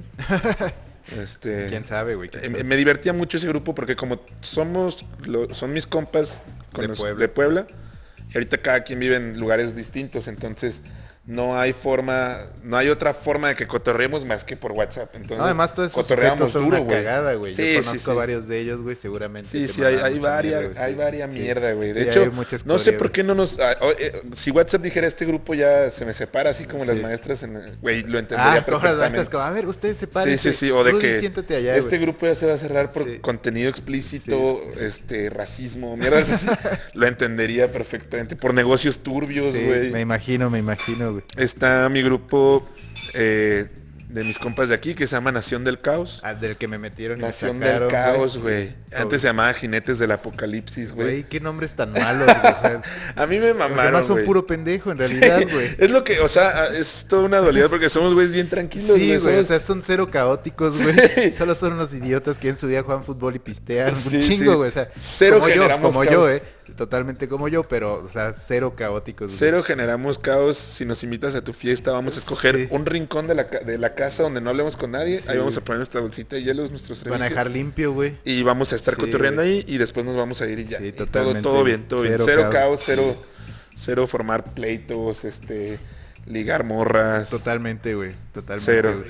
¿Quién sabe, güey? Me divertía mucho ese grupo porque como son mis compas de Puebla, y ahorita cada quien vive en lugares distintos, entonces no hay otra forma de que cotorreemos más que por WhatsApp. Entonces, no, además todos esos sujetos son una cagada, güey. Sí, yo conozco a varios de ellos, güey, seguramente. Sí, hay varias mierda, güey. De hecho, no sé por qué no nos... si WhatsApp dijera este grupo ya se me separa, así como las maestras, güey, lo entendería perfectamente. Como, a ver, ustedes sepárense. Sí, o de Rudy, que siéntate allá, este grupo ya se va a cerrar por contenido explícito, racismo, mierdas así. Lo entendería perfectamente. Por negocios turbios, güey. Me imagino, güey. Está mi grupo de mis compas de aquí que se llama Nación del Caos. Del que me metieron Nación del Caos, güey. Antes se llamaba Jinetes del Apocalipsis, güey. Güey, qué nombres tan malos, güey. O sea, a mí me mamaron, además son puro pendejo, en realidad, güey. Es lo que, o sea, es toda una dualidad porque somos güeyes bien tranquilos, sí, güey. O sea, son cero caóticos, güey. Sí. Solo son unos idiotas que en su día juegan fútbol y pistean. Un chingo, güey. O sea, cero generamos como yo, totalmente como yo, pero, o sea, cero caóticos. Cero generamos caos. Si nos invitas a tu fiesta, vamos a escoger un rincón de la casa donde no hablemos con nadie. Ahí vamos a poner nuestra bolsita de hielos, nuestros servicios. Van a dejar limpio, güey. Y vamos a estar cotorreando ahí y después nos vamos a ir y ya. Sí, totalmente. Todo bien. Cero caos, cero formar pleitos, ligar morras. Totalmente, güey. Totalmente. Cero.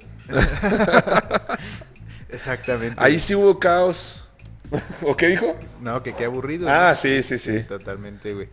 Exactamente. Ahí sí hubo caos. ¿O qué dijo? No, que qué aburrido. Ah, ¿no? Sí. Totalmente, güey.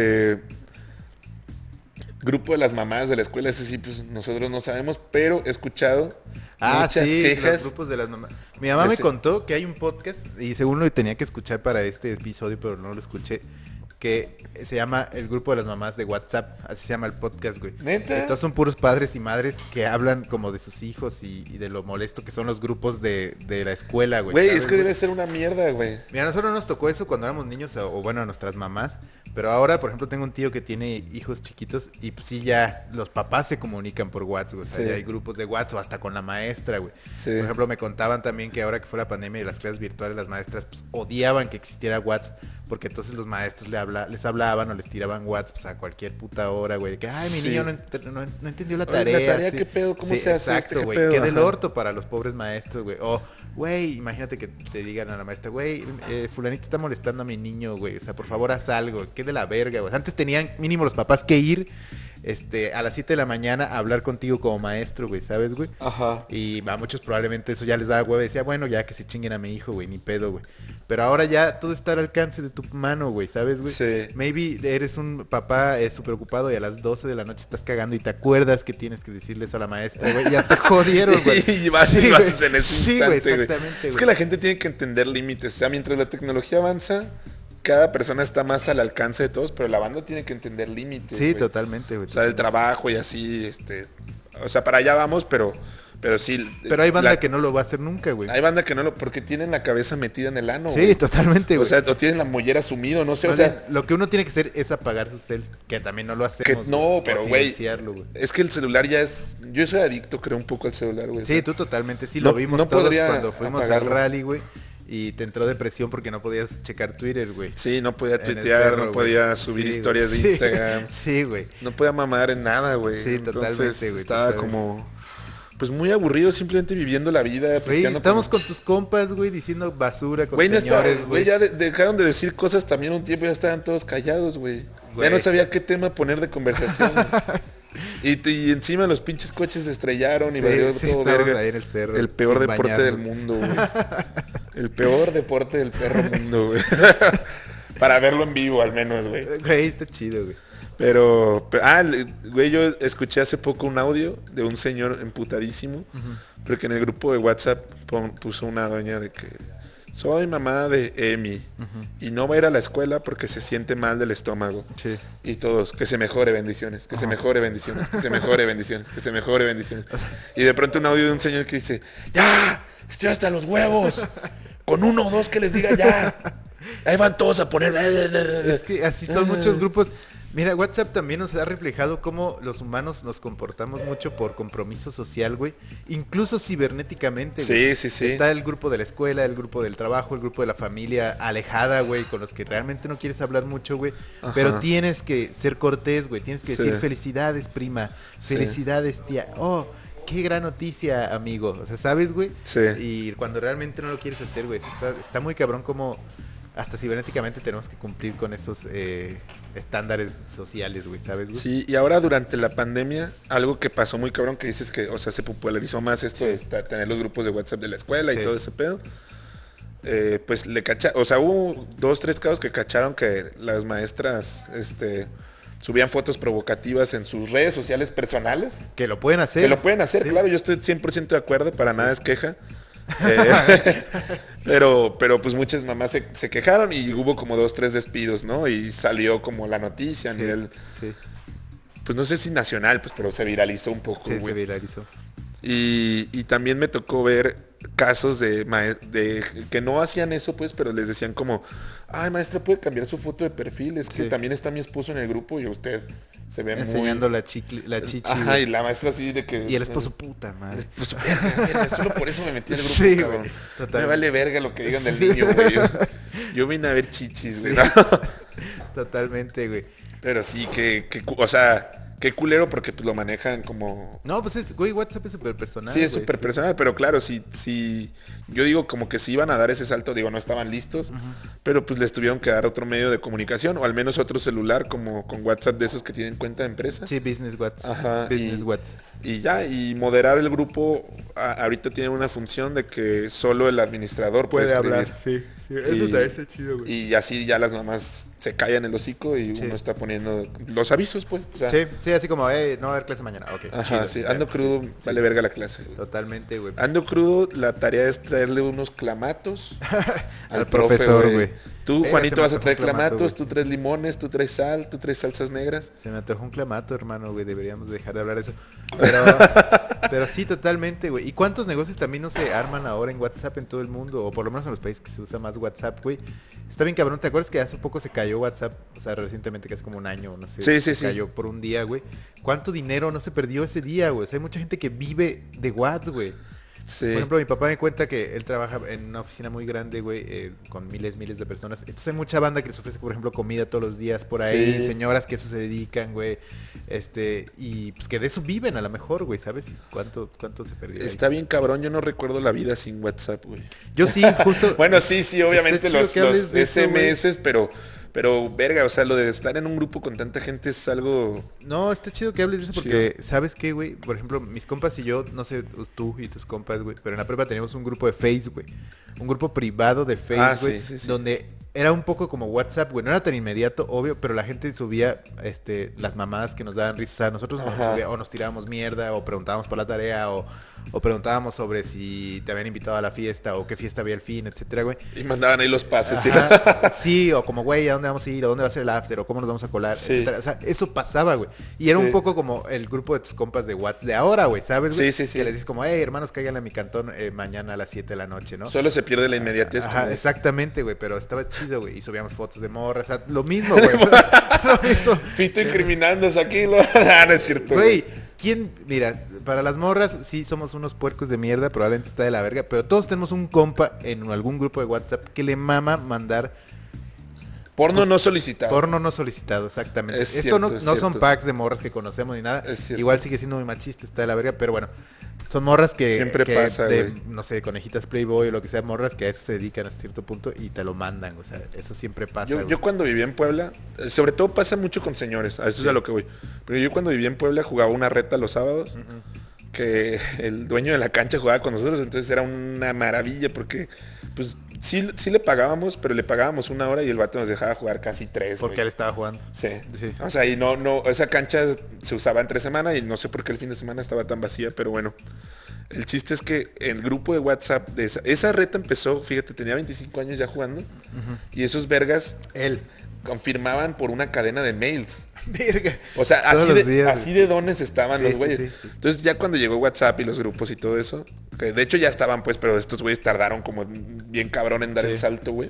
Grupo de las mamás de la escuela, ese sí, pues nosotros no sabemos, pero he escuchado muchas quejas. Los grupos de las mamás. Mi mamá me contó que hay un podcast, y según lo tenía que escuchar para este episodio, pero no lo escuché, que se llama El Grupo de las Mamás de WhatsApp, así se llama el podcast, güey. ¿Neta? Entonces son puros padres y madres que hablan como de sus hijos y de lo molesto que son los grupos de la escuela, güey. Güey, es que debe ser una mierda, güey. Mira, a nosotros nos tocó eso cuando éramos niños, o bueno, a nuestras mamás, pero ahora, por ejemplo, tengo un tío que tiene hijos chiquitos y pues sí, ya los papás se comunican por WhatsApp, güey. O sea, ya hay grupos de WhatsApp hasta con la maestra, güey. Sí. Por ejemplo, me contaban también que ahora que fue la pandemia y las clases virtuales, las maestras pues odiaban que existiera WhatsApp, porque entonces los maestros les hablaban o les tiraban WhatsApp a cualquier puta hora, güey. De que, ay, mi niño no entendió la tarea. ¿La tarea qué pedo? ¿Cómo se hace? Exacto, güey. Qué del orto para los pobres maestros, güey. O, güey, imagínate que te digan a la maestra, güey, fulanito está molestando a mi niño, güey. O sea, por favor, haz algo. Qué de la verga, güey. Antes tenían mínimo los papás que ir a las 7 de la mañana a hablar contigo como maestro, güey, ¿sabes, güey? Ajá. Y a muchos probablemente eso ya les daba huevo. Decía, bueno, ya que se chinguen a mi hijo, güey, ni pedo, güey. Pero ahora ya todo está al alcance de tu mano, güey, ¿sabes, güey? Sí. Maybe eres un papá súper ocupado y a las 12 de la noche estás cagando y te acuerdas que tienes que decirle eso a la maestra, güey. Ya te jodieron, güey. Y vas y lo haces en ese instante, güey. Exactamente, güey. Es que la gente tiene que entender límites. O sea, mientras la tecnología avanza, cada persona está más al alcance de todos, pero la banda tiene que entender límites. Sí, güey. Totalmente, güey. O sea, el trabajo y así, o sea, para allá vamos, pero sí. Pero hay banda que no lo va a hacer nunca, güey. Hay banda que no porque tienen la cabeza metida en el ano, sí, güey. Totalmente, güey. O sea, o tienen la mollera sumido, no sé, o sea. Lo que uno tiene que hacer es apagar su cel, que también no lo hacemos. No, pero, güey, es que el celular ya es... Yo soy adicto, creo, un poco al celular, güey. Sí, tú totalmente, sí, lo vimos todos cuando fuimos apagarlo. Al rally, güey. Y te entró depresión porque no podías checar Twitter, güey. Sí, no podía tuitear, no podía subir historias de Instagram. Sí, güey. No podía mamar en nada, güey. Sí, totalmente, güey. Estaba como... Pues muy aburrido, simplemente viviendo la vida. Güey, estamos con tus compas, güey, diciendo basura con señores, güey. Ya dejaron de decir cosas también un tiempo, ya estaban todos callados, güey. Ya no sabía qué tema poner de conversación. Y encima los pinches coches se estrellaron y valió todo verga. Ahí en el cerro, el peor deporte del mundo, güey. El peor deporte del perro mundo, güey. Para verlo en vivo, al menos, güey. Güey, está chido, güey. Güey, yo escuché hace poco un audio de un señor emputadísimo, porque en el grupo de WhatsApp puso una doña de que soy mamá de Emi y no va a ir a la escuela porque se siente mal del estómago. Sí. Y todos, que se mejore, bendiciones, que se mejore, bendiciones, que se mejore, bendiciones, que se mejore, bendiciones. Y de pronto un audio de un señor que dice, ¡ya! Estoy hasta los huevos. Con 1 o 2 que les diga ya. Ahí van todos a poner. Es que así son muchos grupos. Mira, WhatsApp también nos ha reflejado cómo los humanos nos comportamos mucho por compromiso social, güey. Incluso cibernéticamente, güey. Sí. Está el grupo de la escuela, el grupo del trabajo, el grupo de la familia alejada, güey, con los que realmente no quieres hablar mucho, güey. Ajá. Pero tienes que ser cortés, güey. Tienes que decir felicidades, prima. Felicidades, tía. Oh, qué gran noticia, amigo. O sea, ¿sabes, güey? Sí. Y cuando realmente no lo quieres hacer, güey, está muy cabrón como hasta cibernéticamente tenemos que cumplir con esos estándares sociales, güey, ¿sabes, güey? Sí, y ahora durante la pandemia, algo que pasó muy cabrón, que dices que, o sea, se popularizó más esto de tener los grupos de WhatsApp de la escuela y todo ese pedo. Pues o sea, hubo 2, 3 casos que cacharon que las maestras, subían fotos provocativas en sus redes sociales personales. Que lo pueden hacer. Claro, yo estoy 100% de acuerdo, para nada es queja. Pero pues muchas mamás se quejaron y hubo como 2, 3 despidos, ¿no? Y salió como la noticia a nivel, pues no sé si nacional, pues, pero se viralizó un poco, güey. Se viralizó. Y también me tocó ver casos de que no hacían eso, pues, pero les decían como, ay, maestra, ¿puede cambiar su foto de perfil? Es que también está mi esposo en el grupo y usted se ve enseñando muy... la chichi. Ajá, y la maestra así de que... Y el esposo, puta madre. Pues, verga, solo por eso me metí en el grupo, cabrón. Me vale verga lo que digan del niño, güey. Yo vine a ver chichis, güey. ¿No? Totalmente, güey. Pero sí, o sea... Qué culero porque pues lo manejan como... No, pues güey, WhatsApp es súper personal. Sí, es súper personal, pero claro, si yo digo como que si iban a dar ese salto, digo, no estaban listos, pero pues les tuvieron que dar otro medio de comunicación, o al menos otro celular como con WhatsApp de esos que tienen cuenta de empresa. Sí, Business WhatsApp. Ajá. Business WhatsApp. Y ya, y moderar el grupo, ahorita tiene una función de que solo el administrador puede hablar. Sí. Eso está chido, güey. Y así ya las mamás se callan el hocico y uno está poniendo los avisos, pues. O sea, sí, así como, no va a haber clase mañana. Okay, ajá, chido, sí. Ando crudo, vale verga la clase. Güey. Totalmente, güey. Ando crudo, la tarea es traerle unos clamatos al profesor, güey. Tú, Juanito, vas a traer clamatos, tú traes limones, tú traes sal, tú traes salsas negras. Se me antojó un clamato, hermano, güey. Deberíamos dejar de hablar de eso. Pero sí, totalmente, güey. ¿Y cuántos negocios también no se arman ahora en WhatsApp en todo el mundo? O por lo menos en los países que se usa más WhatsApp, güey. Está bien cabrón. ¿Te acuerdas que hace poco se cayó WhatsApp? O sea, recientemente, que hace como un año, no sé. Sí. Se cayó por un día, güey. ¿Cuánto dinero no se perdió ese día, güey? O sea, hay mucha gente que vive de WhatsApp, güey. Sí. Por ejemplo, mi papá me cuenta que él trabaja en una oficina muy grande, güey, con miles de personas. Entonces hay mucha banda que les ofrece, por ejemplo, comida todos los días por ahí, señoras que eso se dedican, güey. Y pues que de eso viven a lo mejor, güey, ¿sabes? ¿Cuánto se perdió? Está bien cabrón, yo no recuerdo la vida sin WhatsApp, güey. Yo sí, justo. Bueno, sí, obviamente los SMS, eso, pero, verga, o sea, lo de estar en un grupo con tanta gente es algo... No, está chido que hables de eso porque, ¿sabes qué, güey? Por ejemplo, mis compas y yo, no sé, tú y tus compas, güey, pero en la prepa teníamos un grupo de Face, güey. Un grupo privado de Face, güey, donde era un poco como WhatsApp, güey. No era tan inmediato, obvio, pero la gente subía las mamadas que nos daban risa. O sea, nosotros nos tirábamos mierda, o preguntábamos por la tarea, o preguntábamos sobre si te habían invitado a la fiesta, o qué fiesta había al fin, etcétera, güey. Y mandaban ahí los pases. Sí, o como, güey, ¿a dónde vamos a ir? ¿O dónde va a ser el after? ¿O cómo nos vamos a colar? Etcétera. O sea, eso pasaba, güey. Y era un poco como el grupo de tus compas de WhatsApp de ahora, güey, ¿sabes, güey? Sí. Que les dices como, hermanos, cáiganle a mi cantón mañana a las 7 de la noche, ¿no? Solo se pierde la inmediatez. Ajá, exactamente, güey, pero estaba chido, güey. Y subíamos fotos de morras, o sea, lo mismo, güey. Fito incriminándose aquí, no es cierto. Güey, mira, para las morras sí somos unos puercos de mierda, probablemente está de la verga, pero todos tenemos un compa en algún grupo de WhatsApp que le mama mandar porno no solicitado. Porno no solicitado, exactamente. Esto cierto, no son packs de morras que conocemos ni nada. Igual sigue siendo muy machista, está de la verga, pero bueno. Son morras que siempre pasa, no sé, conejitas Playboy o lo que sea, morras que a eso se dedican a cierto punto y te lo mandan, o sea, eso siempre pasa. Yo cuando vivía en Puebla, sobre todo pasa mucho con señores, a eso es a lo que voy. Pero yo cuando vivía en Puebla jugaba una reta los sábados, que el dueño de la cancha jugaba con nosotros, entonces era una maravilla porque pues sí le pagábamos, pero le pagábamos 1 hora y el vato nos dejaba jugar casi 3. Porque él estaba jugando. Sí. O sea, y no, esa cancha se usaba entre semana y no sé por qué el fin de semana estaba tan vacía, pero bueno. El chiste es que el grupo de WhatsApp de esa reta empezó, fíjate, tenía 25 años ya jugando. Y esos vergas confirmaban por una cadena de mails. Verga. O sea, así de dones estaban los güeyes. Sí. Entonces ya cuando llegó WhatsApp y los grupos y todo eso, que de hecho ya estaban pues, pero estos güeyes tardaron como bien cabrón en dar el salto, güey.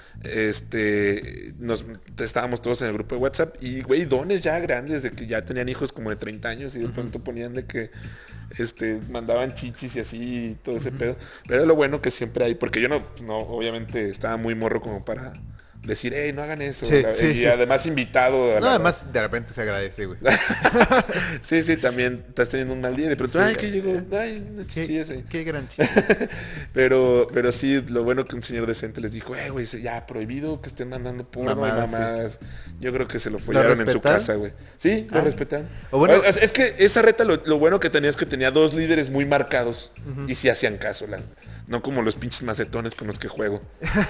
Estábamos todos en el grupo de WhatsApp y, güey, dones ya grandes de que ya tenían hijos como de 30 años y de pronto ponían de que mandaban chichis y así y todo ese pedo. Pero era lo bueno que siempre hay, porque yo no, obviamente estaba muy morro como para decir, hey, no hagan eso. Y además invitado. Además de repente se agradece, güey. sí, también estás teniendo un mal día y de pronto, que llegó, una chichilla. Qué gran chichilla. pero sí, lo bueno que un señor decente les dijo, güey, ya prohibido que estén mandando porno y mamadas. Sí. Yo creo que se lo follaron en su casa, güey. Sí, lo respetaron. Bueno, es que esa reta lo bueno que tenía es que tenía 2 líderes muy marcados y sí hacían caso, no como los pinches macetones con los que juego.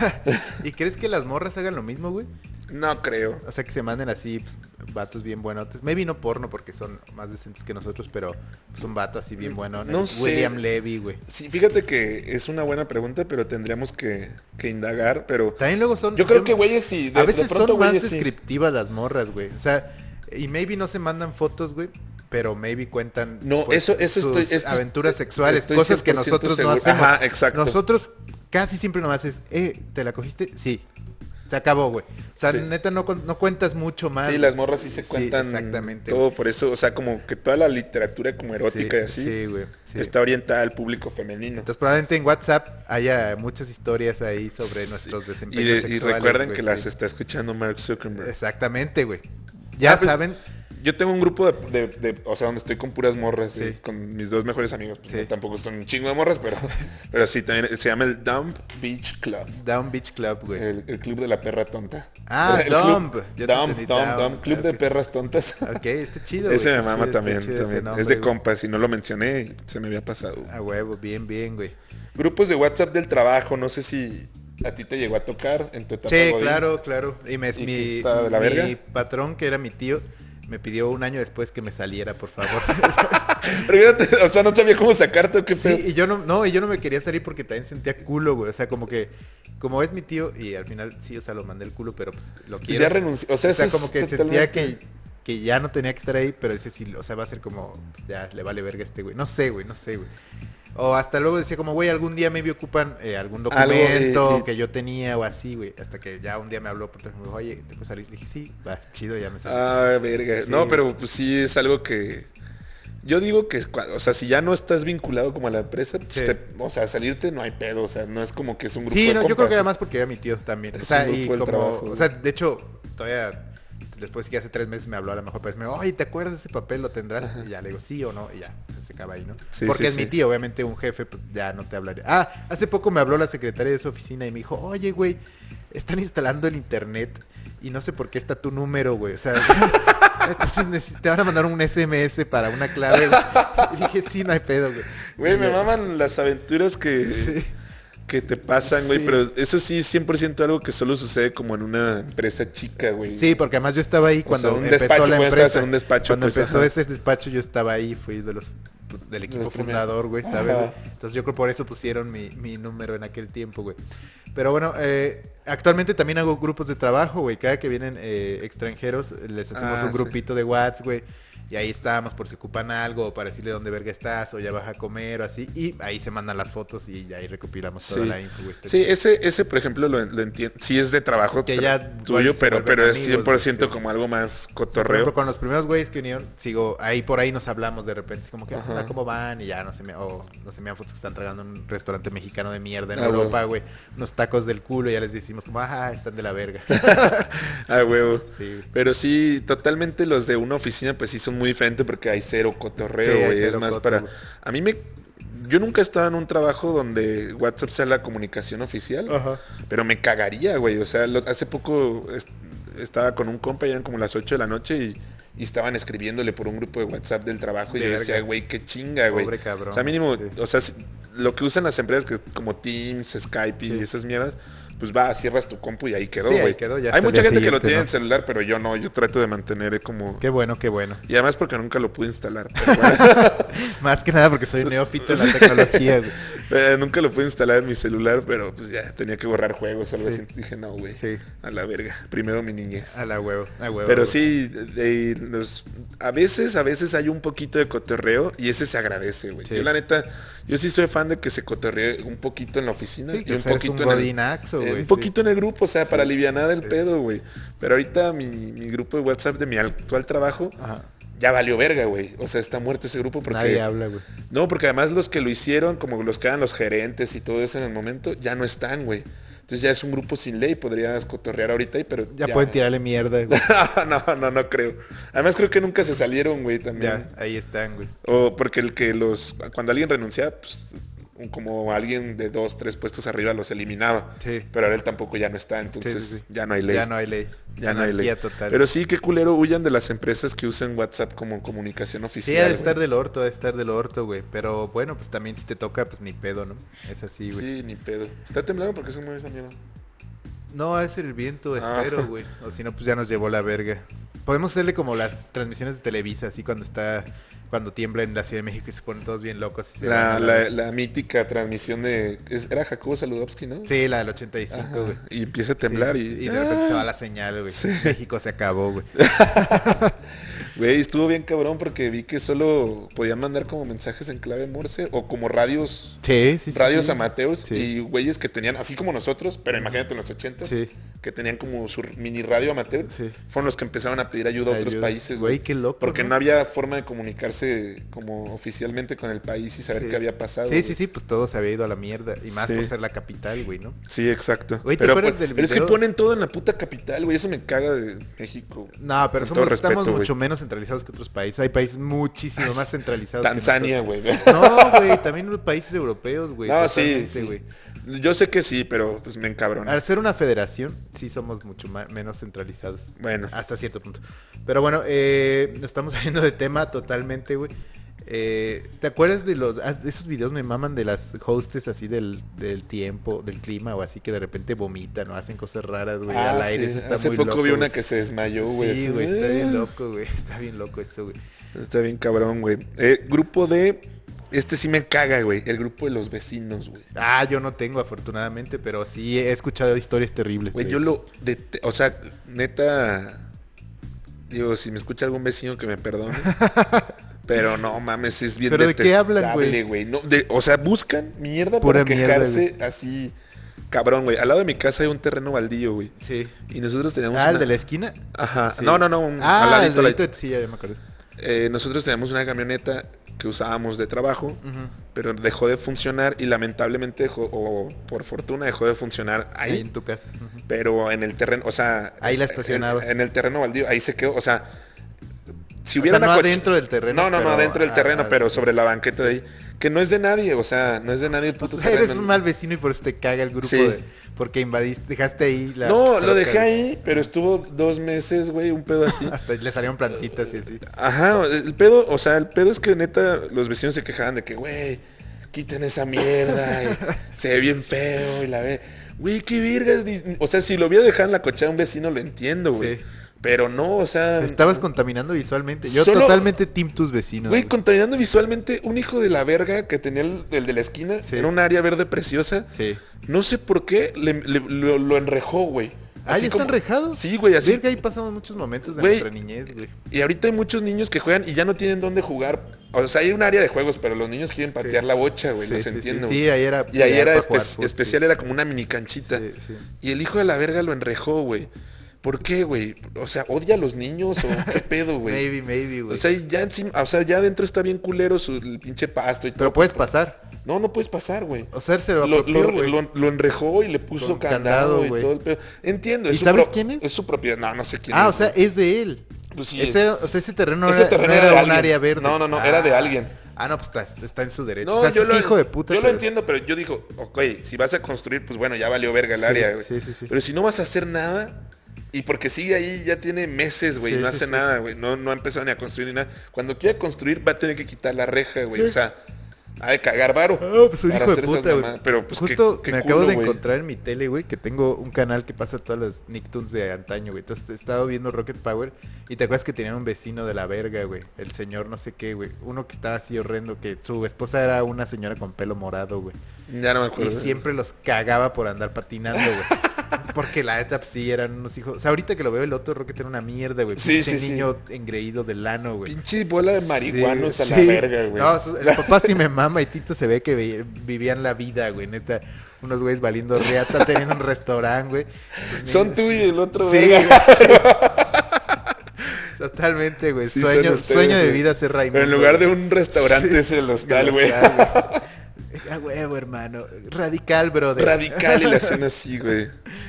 ¿Y crees que las morras hagan lo mismo, güey? No creo. O sea, que se manden así, pues, vatos bien buenotes. Maybe no porno porque son más decentes que nosotros, pero pues, un vato así bien bueno. No sé. William Levy, güey. Sí, fíjate que es una buena pregunta, pero tendríamos que indagar, pero... También luego son... Yo creo que güeyes sí. A veces son más descriptivas las morras, güey. O sea, y maybe no se mandan fotos, güey, pero maybe cuentan sus aventuras sexuales, cosas que nosotros no hacemos. Ajá, exacto. Nosotros casi siempre nomás es, ¿te la cogiste? Sí. Se acabó, güey. O sea, neta, no cuentas mucho más. Sí, las morras sí se cuentan exactamente, todo, por eso, o sea, como que toda la literatura como erótica y así güey, está orientada al público femenino. Entonces, probablemente en WhatsApp haya muchas historias ahí sobre nuestros desempeños sexuales. Y recuerden que las está escuchando Mark Zuckerberg. Exactamente, güey. Ya saben... Yo tengo un grupo o sea, donde estoy con puras morras, con mis 2 mejores amigos. Pues, no, tampoco son un chingo de morras, pero sí, también se llama el Dumb Beach Club. Dumb Beach Club, güey. El club de la perra tonta. Dumb. Dumb, club de perras tontas. Ok, está chido, ese me mama también. Es de compas, y no lo mencioné y se me había pasado. A huevo, bien, güey. Grupos de WhatsApp del trabajo, no sé si... ¿A ti te llegó a tocar en tu etapa? Sí, claro. Y mi patrón, que era mi tío, me pidió 1 año después que me saliera, por favor. Pero o sea, no sabía cómo sacarte o qué pedo. Sí, y yo no me quería salir porque también sentía culo, güey. O sea, como es mi tío, y al final sí, o sea, lo mandé el culo, pero pues lo quiero. Ya renuncié. O sea, como que sentía que ya no tenía que estar ahí, pero ese sí, o sea, va a ser como, ya le vale verga a este güey. No sé, güey. O hasta luego decía como, güey, algún día maybe ocupan algún documento que yo tenía o así, güey. Hasta que ya un día me habló por teléfono, me dijo, oye, ¿te puedo salir? Le dije, sí, va, chido, ya me salí. Verga. Sí. No, pero pues sí es algo que... Yo digo que, o sea, si ya no estás vinculado como a la empresa, pues o sea, salirte no hay pedo. O sea, no es como que es un grupo de compas. Yo creo que era más porque era mi tío también. O sea, y como... Trabajo, o sea, de hecho, todavía... Después que hace 3 meses me habló a lo mejor, pues me dijo, oye, ¿te acuerdas de ese papel? ¿Lo tendrás? Y ya le digo, sí o no, y ya, se acaba ahí, ¿no? Sí, porque es mi tío, obviamente un jefe, pues ya no te hablaría. Hace poco me habló la secretaria de su oficina y me dijo, oye, güey, están instalando el internet y no sé por qué está tu número, güey. O sea, entonces te van a mandar un SMS para una clave. Y dije, sí, no hay pedo, güey. Güey, me maman las aventuras que te pasan, güey, pero eso sí es 100% algo que solo sucede como en una empresa chica, güey. Sí, porque además yo estaba ahí cuando empezó la empresa. Cuando empezó ese despacho yo estaba ahí, fui del equipo fundador, güey, ¿sabes? Entonces yo creo por eso pusieron mi número en aquel tiempo, güey. Pero bueno, actualmente también hago grupos de trabajo, güey. Cada que vienen extranjeros les hacemos un grupito de WhatsApp, güey. Y ahí estábamos por si ocupan algo, o para decirle dónde verga estás, o ya vas a comer, o así. Y ahí se mandan las fotos y ahí recopilamos toda la info, güey. Sí, ese por ejemplo, lo entiendo. Sí es de trabajo que ya tuyo, pero es 100% como algo más cotorreo. Por ejemplo, con los primeros güeyes que vinieron, por ahí nos hablamos de repente. Como que, ¿cómo van? Y ya no se me dan fotos que están tragando en un restaurante mexicano de mierda en Europa, güey. Unos tacos del culo y ya les decimos como, están de la verga. Huevo. Sí. Pero sí, totalmente los de una oficina, pues sí son muy diferente porque hay cero cotorreo, güey. Es más para... A mí yo nunca he estado en un trabajo donde WhatsApp sea la comunicación oficial, pero me cagaría, güey. O sea, hace poco estaba con un compa, ya eran como las 8 de la noche y estaban escribiéndole por un grupo de WhatsApp del trabajo y yo decía, güey, qué chinga, güey. Pobre cabrón. O sea, mínimo, o sea, lo que usan las empresas que como Teams, Skype y esas mierdas, pues cierras tu compu y ahí quedó, güey. Sí, ahí quedó, ya. Hay mucha gente que lo tiene en el celular, pero yo no, yo trato de mantener como... Qué bueno, qué bueno. Y además porque nunca lo pude instalar. Pero bueno. Más que nada porque soy neófito en la tecnología, güey. Nunca lo pude instalar en mi celular, pero pues ya tenía que borrar juegos o algo así. Dije, no, güey, a la verga. Primero mi niñez. A la huevo, Pero sí, a veces hay un poquito de cotorreo y ese se agradece, güey. Yo la neta, yo sí soy fan de que se cotorree un poquito en la oficina. Sí, y un poquito un poquito en el grupo, o sea, para alivianar el pedo, güey. Pero ahorita mi grupo de WhatsApp de mi actual trabajo... Ajá. Ya valió verga, güey. O sea, está muerto ese grupo porque... Nadie habla, güey. No, porque además los que lo hicieron, como los que eran los gerentes y todo eso en el momento, ya no están, güey. Entonces ya es un grupo sin ley, podrías cotorrear ahorita, pero... Ya pueden tirarle mierda, güey. no creo. Además creo que nunca se salieron, güey, también. Ya, ahí están, güey. O porque cuando alguien renunciaba, pues... como alguien de 2, 3 puestos arriba los eliminaba. Sí. Pero ahora él tampoco ya no está, entonces ya no hay ley. Ya no hay ley. Ya no hay ley. Total. Pero sí, qué culero, huyan de las empresas que usen WhatsApp como comunicación oficial. Sí, ha de estar del orto, güey. Pero bueno, pues también si te toca, pues ni pedo, ¿no? Es así, güey. Sí, ni pedo. ¿Está temblando? ¿Por qué se mueve esa mierda? No, es el viento, espero, güey. O si no, pues ya nos llevó la verga. Podemos hacerle como las transmisiones de Televisa, así cuando tiembla en la Ciudad de México y se ponen todos bien locos. La mítica transmisión era Jacobo Saludowski, ¿no? Sí, la del 85, güey. Y empieza a temblar y de repente se va la señal, güey. Sí. México se acabó, güey. Güey, estuvo bien cabrón porque vi que solo podían mandar como mensajes en clave Morse o como radios amateurs y güeyes que tenían, así como nosotros, pero imagínate en los 80s, que tenían como su mini radio amateur, fueron los que empezaron a pedir ayuda a otros países. Güey, qué loco. Porque no había forma de comunicarse como oficialmente con el país y saber qué había pasado. Sí, pues todo se había ido a la mierda. Y más por ser la capital, güey, ¿no? Sí, exacto. Güey, ¿te acuerdas del video? Pero es que ponen todo en la puta capital, güey, eso me caga de México. No, pero estamos mucho menos centralizados que otros países. Hay países muchísimo más centralizados. Tanzania, güey. No, güey, también los países europeos, güey. No, sí. Güey. Yo sé que sí, pero pues me encabrona. Al ser una federación, sí somos mucho menos centralizados. Bueno. Hasta cierto punto. Pero bueno, estamos saliendo de tema totalmente, güey. ¿Te acuerdas de esos videos me maman de las hostes así del tiempo, del clima o así que de repente vomitan o hacen cosas raras, güey, al aire? Sí. Hace poco loco, vi una que se desmayó, güey. Sí, güey, está bien loco, güey. Está bien loco eso, güey. Está bien cabrón, güey. Grupo de... Este sí me caga, güey. El grupo de los vecinos, güey. Yo no tengo, afortunadamente, pero sí he escuchado historias terribles. Güey, yo o sea, neta... Digo, si me escucha algún vecino que me perdone. Pero no mames, es bien ¿pero de qué hablan, güey? No, o sea, buscan mierda para quejarse así... Cabrón, güey. Al lado de mi casa hay un terreno baldío, güey. Sí. Y nosotros teníamos ¿el de la esquina? Ajá. Sí. No. Al ladito, sí, ya me acuerdo. Nosotros teníamos una camioneta que usábamos de trabajo, pero dejó de funcionar y lamentablemente o por fortuna dejó de funcionar ahí en tu casa. Pero en el terreno, o sea... Ahí la estacionaba. En el terreno baldío, ahí se quedó, o sea... Si hubiera no adentro del terreno. No adentro del terreno, pero sobre la banqueta de ahí. Que no es de nadie, o sea, no es de nadie el puto terreno. Eres un mal vecino y por eso te caga el grupo porque dejaste ahí la... No, lo dejé ahí, pero estuvo 2 meses, güey, un pedo así. Hasta le salieron plantitas y así. Ajá, el pedo es que neta los vecinos se quejaban de que, güey, quiten esa mierda, y se ve bien feo y la ve. Güey, qué virgas. O sea, si lo hubiera dejado en la cochera un vecino lo entiendo, güey. Sí. Pero no, o sea... Estabas contaminando visualmente. Yo totalmente team tus vecinos. Güey, contaminando visualmente, un hijo de la verga que tenía el de la esquina, en un área verde preciosa. Sí. No sé por qué lo enrejó, güey. ¿Ya está enrejado? Sí, güey, así. Que ahí pasamos muchos momentos de nuestra niñez, güey. Y ahorita hay muchos niños que juegan y ya no tienen dónde jugar. O sea, hay un área de juegos, pero los niños quieren patear la bocha, güey, los entiendo. Sí, ahí era... Y ahí era especial, era como una mini canchita. Sí. Y el hijo de la verga lo enrejó, güey. ¿Por qué, güey? O sea, ¿odia a los niños o qué pedo, güey? Maybe, güey. O sea, ya adentro está bien culero el pinche pasto y todo. Pero puedes pasar. No puedes pasar, güey. O sea, se lo enrejó y le puso candado y todo el pedo. Entiendo. ¿Y sabes quién es? Es su propiedad. No sé quién es. O sea, es de él. Pues sí, o sea, ese terreno era un área verde. No, era de alguien. No, pues está en su derecho. No, o sea, hijo de puta. Yo lo entiendo, pero yo digo, ok, si vas a construir, pues bueno, ya valió verga el área, güey. Sí. Pero si no vas a hacer nada... Y porque sigue ahí, ya tiene meses, güey, no hace nada, güey, no ha empezado ni a construir ni nada. Cuando quiera construir va a tener que quitar la reja, güey, o sea, de cagar varo. Pues un hijo de puta, güey. Pero pues justo qué me culo, acabo de güey. encontrar en mi tele, güey, que tengo un canal que pasa todas las Nicktoons de antaño, güey. Entonces he estado viendo Rocket Power y te acuerdas que tenían un vecino de la verga, güey. El señor no sé qué, güey. Uno que estaba así horrendo, que su esposa era una señora con pelo morado, güey. Ya no me acuerdo. Y siempre los cagaba por andar patinando, güey. Porque la neta, pues, sí, eran unos hijos. O sea, ahorita que lo veo, el otro Rocket era una mierda, güey. Sí, Pinche sí, niño engreído del ano, güey. Pinche bola de marihuanos Sí, a la sí. verga, güey. No, el papá sí me mama y Tito se ve que vivían la vida, güey, neta. Unos güeyes valiendo riata, teniendo un restaurante, güey. Son tú y el otro, Sí, verga. güey, sí. Totalmente, güey. Sí, sueño son ustedes, de güey. vida ser Raimundo. Pero en lugar de güey. un restaurante Sí. es el hostal, El güey. hostal, güey. A huevo, hermano. Radical, brother. Radical y la hacen así, güey.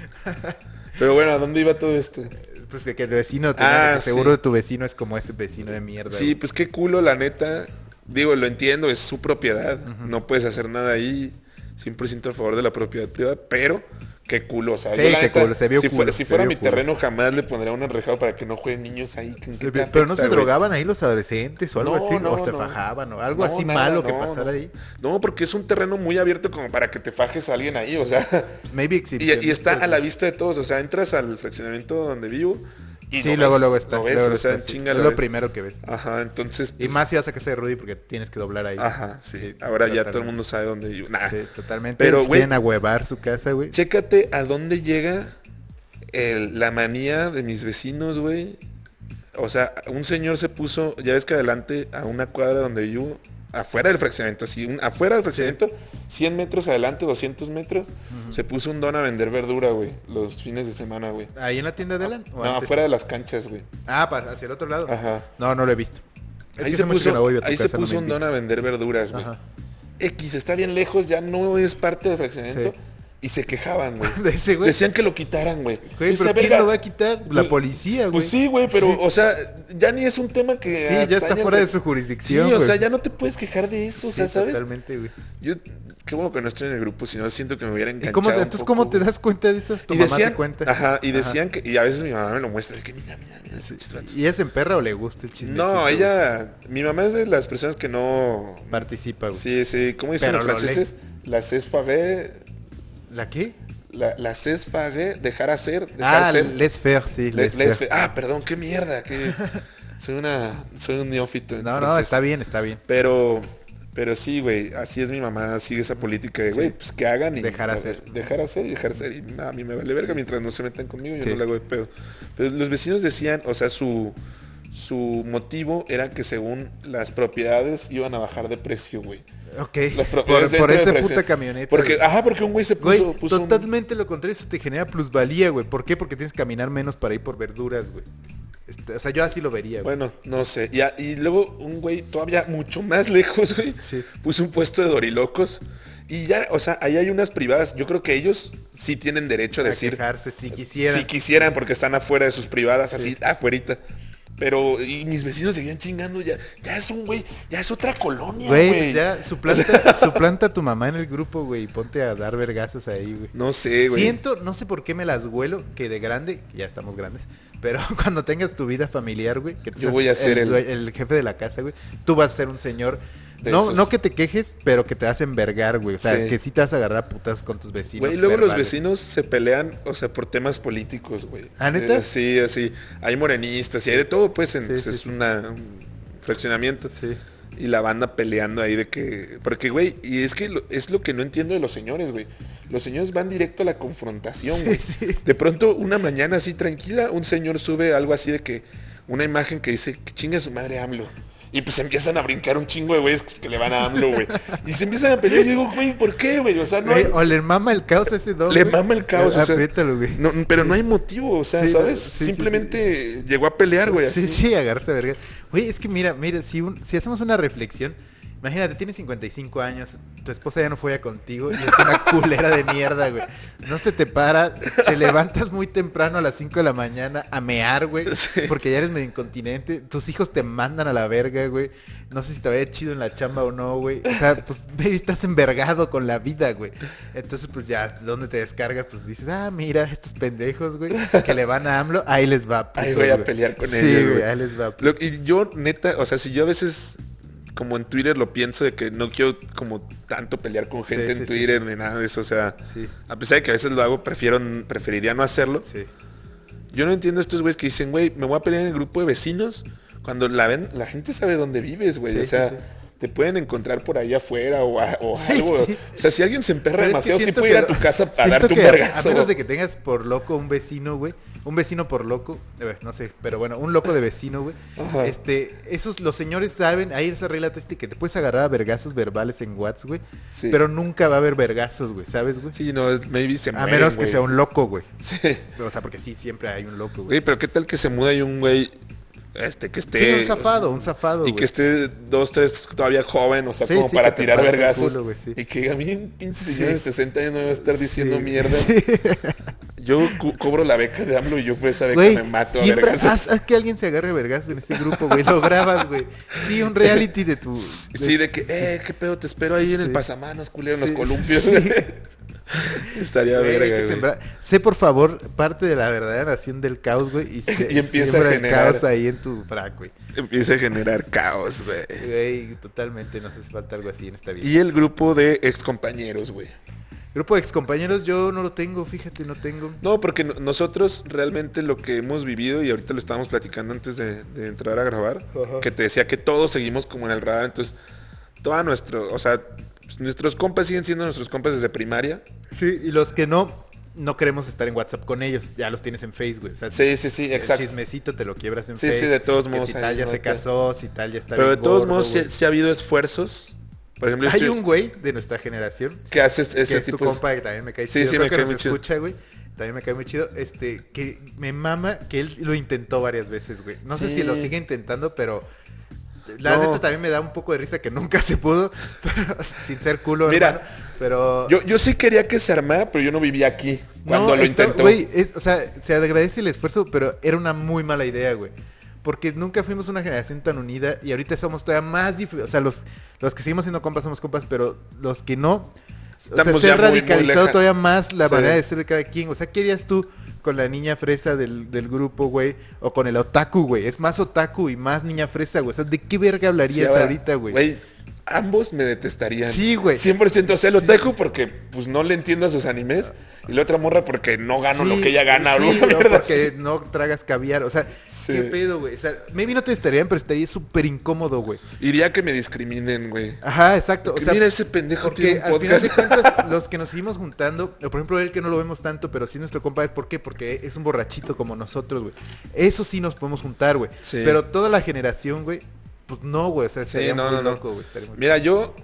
Pero bueno, ¿a dónde iba todo esto? Pues de que el vecino, que seguro sí. tu vecino es como ese vecino de mierda. Sí, güey. pues qué culo, la neta. Digo, lo entiendo, es su propiedad. No puedes hacer nada ahí. 100% a favor de la propiedad privada, pero qué culo, o sea, Sí, yo la qué neta, culo, se vio si culo, fuera, se si fuera vio mi culo. terreno jamás le pondría un enrejado para que no jueguen niños ahí. Pero no se drogaban ahí los adolescentes o algo No, así, no, o se no. fajaban o algo No, así nada, malo que no, pasara no. ahí. No, porque es un terreno muy abierto como para que te fajes a alguien ahí, o sea. Pues maybe Y está a la vista de todos, o sea, entras al fraccionamiento donde vivo y Sí, lo luego ves, está. lo ves, luego o sea, está, sí. chinga Es lo lo ves. primero que ves. Ajá, entonces. Y pues, más si vas a casa de Rudy porque tienes que doblar ahí. Ajá, sí. Ahora ya todo el mundo sabe dónde vivo. Nah. Sí, totalmente. Pero, Si güey, quieren ahuevar su casa, güey. chécate a dónde llega la manía de mis vecinos, güey. O sea, un señor se puso, ya ves que adelante, a una cuadra donde vivo, afuera del fraccionamiento, así, afuera del fraccionamiento, 100 metros adelante, 200 metros, se puso un don a vender verdura, güey, los fines de semana, güey. ¿Ahí en la tienda de Alan? No, afuera de las canchas, güey. Ah, hacia el otro lado. Ajá. No, no lo he visto. Es Ahí que se hace mucho que puso, no voy a tu ahí se casa, no puso me un don invitas. a vender verduras, güey. Ajá. X está bien lejos, ya no es parte del fraccionamiento. Sí. Y se quejaban, güey. De ese güey. Decían que lo quitaran, güey. Güey, Dice, pero ¿quién "Verga". lo va a quitar? La Pues- policía, güey. Pues sí, güey, pero, o sea, ya ni es un tema que... Sí, ya está atañe fuera al- de su jurisdicción, Sí, o güey. sea, ya no te puedes quejar de eso, o sea, Sí, ¿sabes? totalmente, güey. Yo, qué bueno que no estoy en el grupo, si no siento que me hubiera ¿Y enganchado cómo, un entonces poco, cómo te güey. das cuenta de eso? Tu Y mamá decían, te cuenta. ajá, y decían que, y a veces mi mamá me lo muestra, de que mira, ¿Y ella se emperra o le gusta el chismecito? No, güey? ella, mi mamá es de las personas que no... Participa, güey. Sí, sí, ¿cómo dicen Pero los lo franceses? La cesse faire, ¿La qué? la cesse faire, dejar hacer, dejar ser. les faire, sí. Les faire. Perdón, qué mierda, soy un neófito en No, no, francés. está bien, está bien. Pero sí, güey, así es mi mamá, sigue esa política de, güey, pues que hagan y... Dejar hacer. Dejar hacer y dejar ser. Y nada, a mí me vale verga mientras no se metan conmigo, yo Sí. no le hago de pedo. Pero los vecinos decían, o sea, su motivo era que según las propiedades iban a bajar de precio, güey. Ok, Las propiedades por dentro de esa fracción. puta camioneta. Porque, güey. porque un güey se Güey, puso un- totalmente lo contrario, eso te genera plusvalía, güey. ¿Por qué? Porque tienes que caminar menos para ir por verduras, güey. O sea, yo así lo vería, güey. Bueno, no sé. Y luego un güey todavía mucho más lejos, güey. Sí. Puso un puesto de dorilocos. Y ya, o sea, ahí hay unas privadas. Yo creo que ellos sí tienen derecho a A decir... quejarse si quisieran. Si quisieran, porque están afuera de sus privadas, así, afuerita. Pero, y mis vecinos seguían chingando, ya es un güey, ya es otra colonia, Güey, güey. pues ya suplanta a tu mamá en el grupo, güey, y ponte a dar vergazos ahí, güey. No sé, güey. Siento, no sé por qué me las huelo, que de grande, que ya estamos grandes, pero cuando tengas tu vida familiar, güey, que tú Yo seas voy a ser el jefe de la casa, güey, tú vas a ser un señor, de no, esos. no que te quejes, pero que te vas a envergar, güey, o sea, Sí. que sí te vas a agarrar a putas con tus vecinos. Güey, luego los verbales. vecinos se pelean, o sea, por temas políticos, güey. ¿Ah, neta? Sí, así. Hay morenistas y hay de todo, pues, Sí, sí, es sí. un fraccionamiento. Sí. Y la banda peleando ahí de que... Porque, güey, y es que es lo que no entiendo de los señores, güey. Los señores van directo a la confrontación, Sí, güey. sí. De pronto, una mañana así tranquila, un señor sube algo así de que... Una imagen que dice, que chinga su madre AMLO. Y pues empiezan a brincar un chingo de güeyes que le van a AMLO, güey. Y se empiezan a pelear. Y yo digo, güey, ¿por qué, güey? O sea, no hay... Güey, o le mama el caos a ese don. Le güey. mama el caos, o sea, Apriétalo, güey. No, pero no hay motivo, o sea, Sí, ¿sabes? sí, sí, Simplemente llegó a pelear, güey. Sí, así. sí, agarrarse a verga. Güey, es que mira, si hacemos una reflexión, imagínate, tienes 55 años, tu esposa ya no fue contigo y es una culera de mierda, güey. No se te para, te levantas muy temprano a las 5 de la mañana a mear, güey, Sí. porque ya eres medio incontinente, tus hijos te mandan a la verga, güey. No sé si te vaya chido en la chamba o no, güey. O sea, pues baby, estás envergado con la vida, güey. Entonces, pues ya, ¿dónde te descargas? Pues dices, mira, estos pendejos, güey, que le van a AMLO, ahí les va. Ahí putos, voy a güey. pelear con sí, ellos, güey, güey. ahí les va. putos. Y yo, neta, o sea, si yo a veces como en Twitter lo pienso, de que no quiero como tanto pelear con gente en Twitter ni nada de eso. O sea, a pesar de que a veces lo hago, preferiría no hacerlo. Sí. Yo no entiendo a estos güeyes que dicen, güey, me voy a pelear en el grupo de vecinos. Cuando la gente sabe dónde vives, güey. O sea, te pueden encontrar por ahí afuera o algo. Sí. O sea, si alguien se emperra demasiado, sí puede ir a tu casa a darte un vergazo. A menos de que tengas por loco un vecino, güey. Un vecino por loco, no sé, pero bueno, un loco de vecino, güey. Los señores saben, hay esa regla testi que te puedes agarrar a vergazos verbales en WhatsApp, güey. Sí. Pero nunca va a haber vergazos, güey, ¿sabes, güey? Sí, no, maybe se mueren, a menos que sea un loco, güey. Sí. O sea, porque sí, siempre hay un loco, güey. Güey, pero ¿qué tal que se muda y un güey que esté... Sí, un zafado, y güey. Que esté 2, 3 todavía joven, o sea, como para tirar vergazos. Culo, y que a mí, pinche señor de 60 años no me va a estar diciendo mierda. Sí. Yo cobro la beca de AMLO y yo por esa beca me mato a vergazos. Haz que alguien se agarre a vergazos en este grupo, güey. Lo grabas, güey. Sí, un reality de tu... Sí, de que, qué pedo, te espero ahí en el pasamanos, culero, en los columpios. Sí. Estaría verga, güey. Sé, por favor, parte de la verdadera nación del caos, güey. Y empieza a generar... caos ahí en tu frac, güey. Empieza a generar caos, güey. Güey, totalmente nos hace falta algo así en esta vida. Y el grupo de excompañeros, güey. Grupo de excompañeros yo no lo tengo, fíjate, no tengo. No, porque nosotros realmente lo que hemos vivido, y ahorita lo estábamos platicando antes de entrar a grabar, que te decía que todos seguimos como en el radar, entonces, nuestros compas siguen siendo nuestros compas desde primaria. Sí, y los que no queremos estar en WhatsApp con ellos, ya los tienes en Facebook. O sea, sí, exacto. El chismecito te lo quiebras en Facebook. Sí, de todos modos. Si tal ya se casó, si tal ya está bien. Pero de todos gordo, modos sí ha habido esfuerzos. Por ejemplo, hay un güey de nuestra generación que hace ese tipo, tu compa que también me cae chido. Sí, creo que nos escucha, güey. También me cae muy chido. Que me mama que él lo intentó varias veces, güey. No sé si lo sigue intentando, pero la neta también me da un poco de risa que nunca se pudo, pero, sin ser culo, mira, hermano, pero yo sí quería que se armara, pero yo no vivía aquí cuando lo intentó. Güey, se agradece el esfuerzo, pero era una muy mala idea, güey. Porque nunca fuimos una generación tan unida y ahorita somos todavía más diferentes. O sea, los que seguimos siendo compas somos compas, pero los que no, se ha radicalizado todavía más la manera de ser de cada quien. O sea, ¿qué harías tú con la niña fresa del grupo, güey? O con el otaku, güey. Es más otaku y más niña fresa, güey. O sea, ¿de qué verga hablarías ahorita, güey? Güey, ambos me detestarían. Sí, güey. 100%. O sea, el otaku porque pues no le entiendo a sus animes. Y la otra morra porque no gano lo que ella gana. Sí, no, porque no tragas caviar. O sea, ¿qué pedo, güey? O sea, maybe no te estarían, pero estaría súper incómodo, güey. Iría que me discriminen, güey. Ajá, exacto. O sea, mira ese pendejo porque al final de cuentas, los que nos seguimos juntando, o por ejemplo, él que no lo vemos tanto, pero sí nuestro compa, ¿por qué? Porque es un borrachito como nosotros, güey. Eso sí nos podemos juntar, güey. Sí. Pero toda la generación, güey, pues no, güey. O sea, sería muy loco, güey. Mira, yo...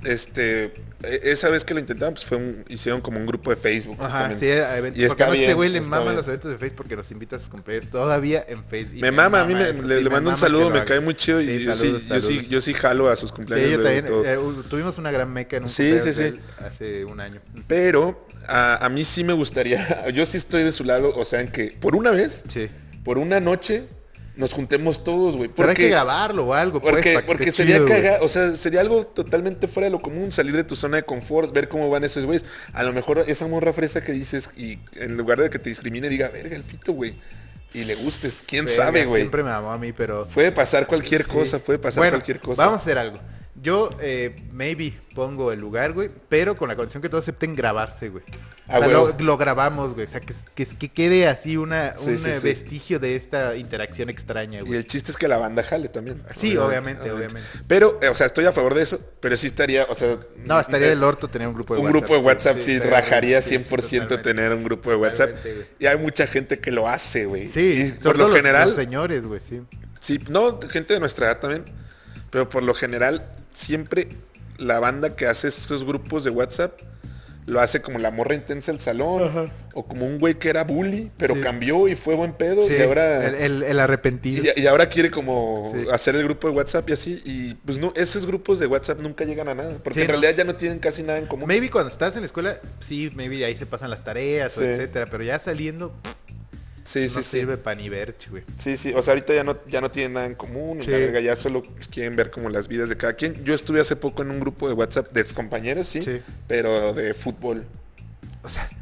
esa vez que lo intentaban, pues hicieron como un grupo de Facebook. Ajá, sí, y porque a ese güey le maman los eventos de Facebook porque nos invita a sus cumpleaños todavía en Facebook. Me mama, a mí le mando un saludo, me cae muy chido. Sí, y yo sí jalo a sus cumpleaños. Sí, yo también. Tuvimos una gran meca en un cumpleaños de él hace un año. Pero a mí sí me gustaría, yo sí estoy de su lado, o sea, en que por una vez, por una noche... nos juntemos todos, güey. Pero hay que grabarlo o algo, porque sería cagado, o sea, sería algo totalmente fuera de lo común, salir de tu zona de confort, ver cómo van esos güeyes. A lo mejor esa morra fresa que dices, y en lugar de que te discrimine, diga, verga, el Fito, güey. Y le gustes, quién sabe, güey. Siempre me amó a mí, pero... Puede pasar cualquier cosa, cualquier cosa. Vamos a hacer algo. Yo, maybe pongo el lugar, güey, pero con la condición que todos acepten grabarse, güey. O sea, lo grabamos, güey. O sea, que quede así un vestigio de esta interacción extraña, güey. Y el chiste es que la banda jale también. Sí, obviamente. Pero, o sea, estoy a favor de eso, pero sí estaría, o sea... No, estaría del orto tener un grupo de WhatsApp. Un grupo de WhatsApp sí rajaría 100% tener un grupo de WhatsApp. Y hay mucha gente que lo hace, güey. Sí, y por lo general... los señores, güey, sí. Sí, no, gente de nuestra edad también. Pero por lo general, siempre la banda que hace esos grupos de WhatsApp lo hace como la morra intensa del salón. Ajá. O como un güey que era bully, pero cambió y fue buen pedo. Sí, y ahora el arrepentido. Y ahora quiere como hacer el grupo de WhatsApp y así. Y pues no, esos grupos de WhatsApp nunca llegan a nada. Porque en realidad ya no tienen casi nada en común. Maybe cuando estás en la escuela, sí, maybe ahí se pasan las tareas o etcétera. Pero ya saliendo... no sirve para ni ver, güey. Sí, o sea, ahorita ya no tienen nada en común, ya solo quieren ver como las vidas de cada quien. Yo estuve hace poco en un grupo de WhatsApp de compañeros, sí, pero de fútbol. O sea,